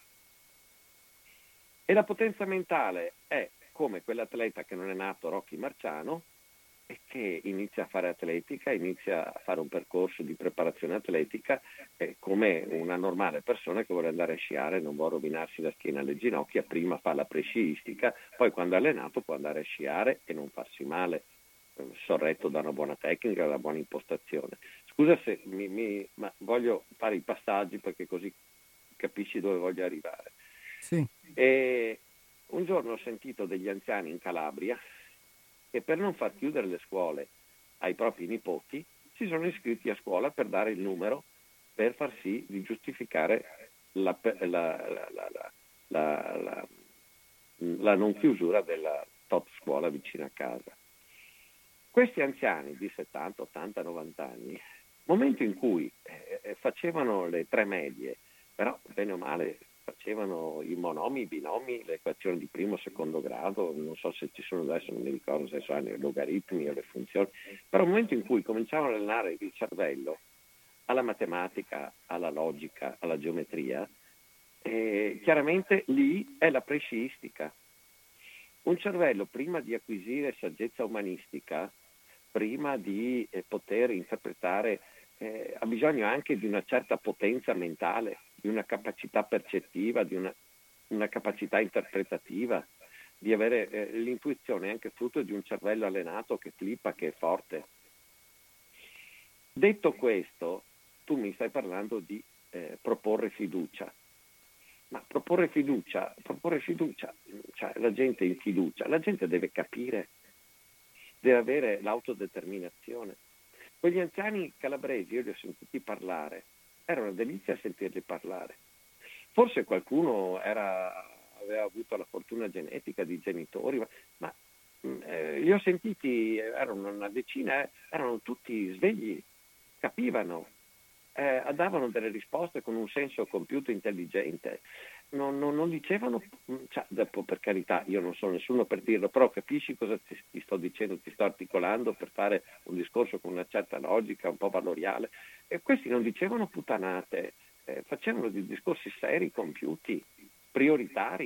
E la potenza mentale è come quell'atleta che non è nato Rocky Marciano e che inizia a fare atletica, inizia a fare un percorso di preparazione atletica come una normale persona che vuole andare a sciare e non vuole rovinarsi la schiena alle ginocchia, prima fa la presciistica, poi quando è allenato può andare a sciare e non farsi male, sorretto da una buona tecnica, da una buona impostazione. Scusa se ma voglio fare i passaggi perché così capisci dove voglio arrivare. Sì. E un giorno ho sentito degli anziani in Calabria che per non far chiudere le scuole ai propri nipoti si sono iscritti a scuola per dare il numero per far sì di giustificare la non chiusura della top scuola vicino a casa. Questi anziani di 70, 80, 90 anni, momento in cui facevano le 3 medie, però bene o male facevano i monomi, i binomi, le equazioni di primo, secondo grado, non so se ci sono adesso, non mi ricordo se sono i logaritmi o le funzioni, però nel momento in cui cominciavano ad allenare il cervello alla matematica, alla logica, alla geometria, chiaramente lì è la presciistica. Un cervello prima di acquisire saggezza umanistica, prima di poter interpretare, ha bisogno anche di una certa potenza mentale, di una capacità percettiva, di una capacità interpretativa, di avere l'intuizione anche frutto di un cervello allenato che flippa, che è forte. Detto questo, tu mi stai parlando di proporre fiducia. Ma proporre fiducia, cioè la gente in fiducia, la gente deve capire, deve avere l'autodeterminazione. Quegli anziani calabresi, io li ho sentiti parlare, era una delizia sentirli parlare. Forse qualcuno aveva avuto la fortuna genetica di genitori, ma li ho sentiti, erano una decina, erano tutti svegli, capivano, davano delle risposte con un senso compiuto intelligente, non dicevano, cioè, dopo, per carità, io non sono nessuno per dirlo, però capisci cosa ti sto dicendo, ti sto articolando per fare un discorso con una certa logica, un po' valoriale, e questi non dicevano puttanate, facevano dei discorsi seri, compiuti, prioritari.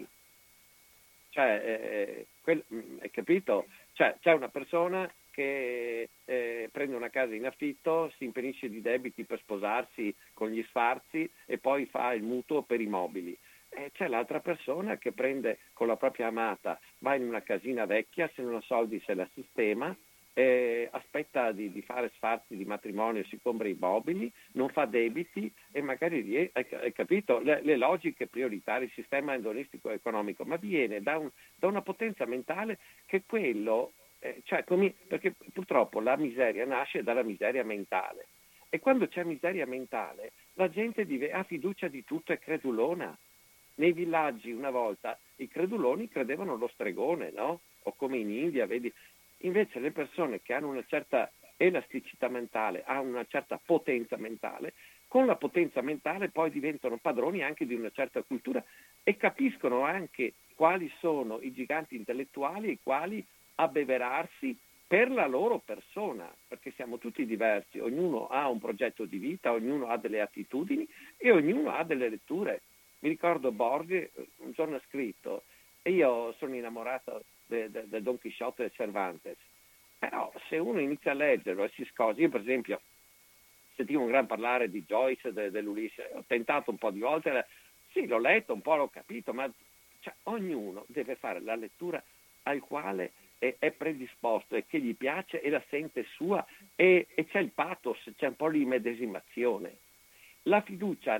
Cioè, hai capito? Cioè, c'è una persona che prende una casa in affitto, si impenisce di debiti per sposarsi con gli sfarzi e poi fa il mutuo per i mobili. C'è l'altra persona che prende con la propria amata, va in una casina vecchia, se non ha soldi se la sistema, aspetta di fare sfarzi di matrimonio, si compra i mobili, non fa debiti e magari, hai capito, le logiche prioritarie, il sistema endonistico economico, ma viene da una potenza mentale che quello, perché purtroppo la miseria nasce dalla miseria mentale e quando c'è miseria mentale la gente ha fiducia di tutto, è credulona. Nei villaggi una volta i creduloni credevano allo stregone, no? O come in India, vedi? Invece le persone che hanno una certa elasticità mentale, hanno una certa potenza mentale, con la potenza mentale poi diventano padroni anche di una certa cultura e capiscono anche quali sono i giganti intellettuali e quali abbeverarsi per la loro persona, perché siamo tutti diversi, ognuno ha un progetto di vita, ognuno ha delle attitudini e ognuno ha delle letture. Mi ricordo Borges un giorno ha scritto, e io sono innamorato del Don Chisciotte e Cervantes, però se uno inizia a leggerlo e si scosa, io per esempio sentivo un gran parlare di Joyce, dell'Ulisse, ho tentato un po' di volte, sì, l'ho letto, un po' l'ho capito, ma ognuno deve fare la lettura al quale è predisposto e che gli piace e la sente sua e c'è il pathos, c'è un po' l'immedesimazione. La fiducia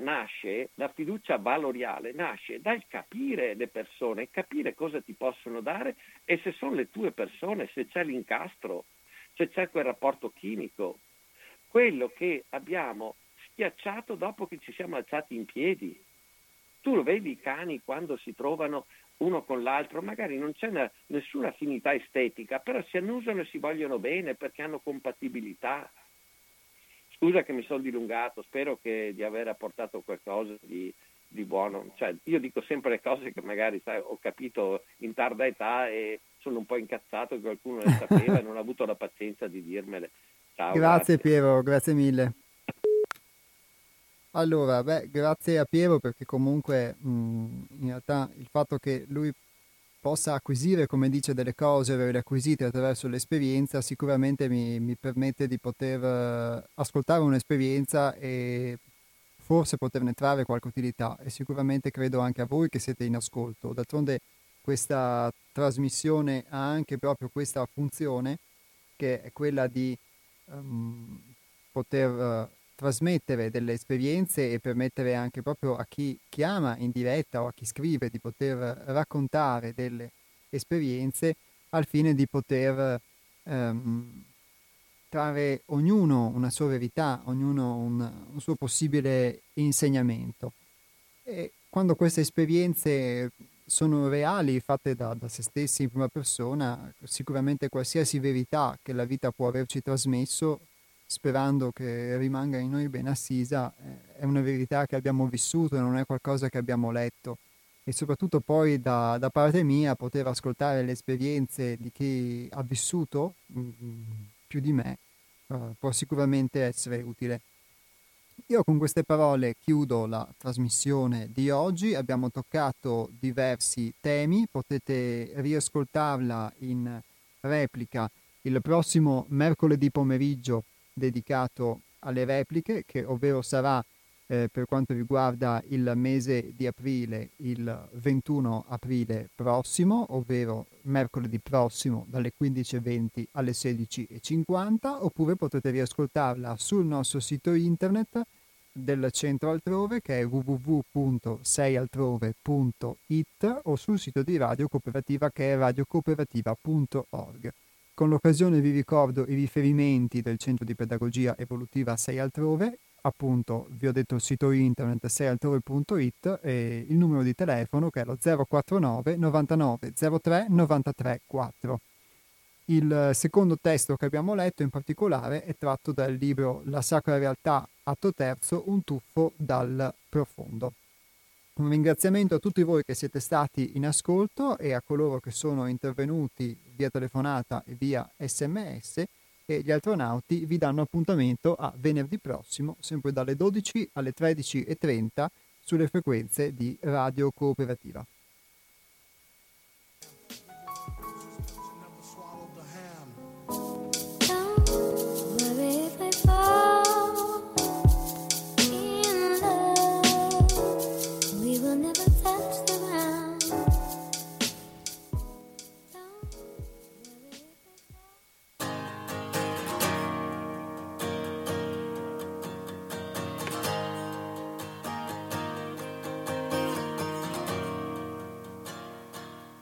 valoriale nasce dal capire le persone, capire cosa ti possono dare e se sono le tue persone, se c'è l'incastro, se c'è quel rapporto chimico, quello che abbiamo schiacciato dopo che ci siamo alzati in piedi. Tu lo vedi i cani quando si trovano uno con l'altro, magari non c'è nessuna affinità estetica, però si annusano e si vogliono bene perché hanno compatibilità. Scusa che mi sono dilungato, spero di aver apportato qualcosa di buono. Cioè, io dico sempre le cose che magari ho capito in tarda età e sono un po' incazzato che qualcuno le sapeva e non ha avuto la pazienza di dirmele. Ciao, Grazie Piero, grazie mille. Allora, grazie a Piero perché comunque in realtà il fatto che lui possa acquisire, come dice, delle cose, averle acquisite attraverso l'esperienza, sicuramente mi permette di poter ascoltare un'esperienza e forse poterne trarre qualche utilità, e sicuramente credo anche a voi che siete in ascolto. D'altronde questa trasmissione ha anche proprio questa funzione, che è quella di poter trasmettere delle esperienze e permettere anche proprio a chi chiama in diretta o a chi scrive di poter raccontare delle esperienze al fine di poter trarre ognuno una sua verità, ognuno un suo possibile insegnamento. E quando queste esperienze sono reali, fatte da se stessi in prima persona, sicuramente qualsiasi verità che la vita può averci trasmesso, sperando che rimanga in noi ben assisa, è una verità che abbiamo vissuto, non è qualcosa che abbiamo letto. E soprattutto poi da parte mia poter ascoltare le esperienze di chi ha vissuto più di me può sicuramente essere utile. Io con queste parole chiudo la trasmissione di oggi. Abbiamo toccato diversi temi, potete riascoltarla in replica il prossimo mercoledì pomeriggio dedicato alle repliche, che ovvero sarà per quanto riguarda il mese di aprile il 21 aprile prossimo, ovvero mercoledì prossimo dalle 15:20 alle 16:50, oppure potete riascoltarla sul nostro sito internet del Centro Altrove, che è www.seialtrove.it, o sul sito di Radio Cooperativa, che è radiocooperativa.org. Con l'occasione vi ricordo i riferimenti del Centro di Pedagogia Evolutiva Sei Altrove, appunto vi ho detto il sito internet seialtrove.it e il numero di telefono che è lo 049 99 03 93 4. Il secondo testo che abbiamo letto in particolare è tratto dal libro La Sacra Realtà, atto terzo, Un tuffo dal profondo. Un ringraziamento a tutti voi che siete stati in ascolto e a coloro che sono intervenuti via telefonata e via SMS, e gli astronauti vi danno appuntamento a venerdì prossimo, sempre dalle 12 alle 13:30 sulle frequenze di Radio Cooperativa.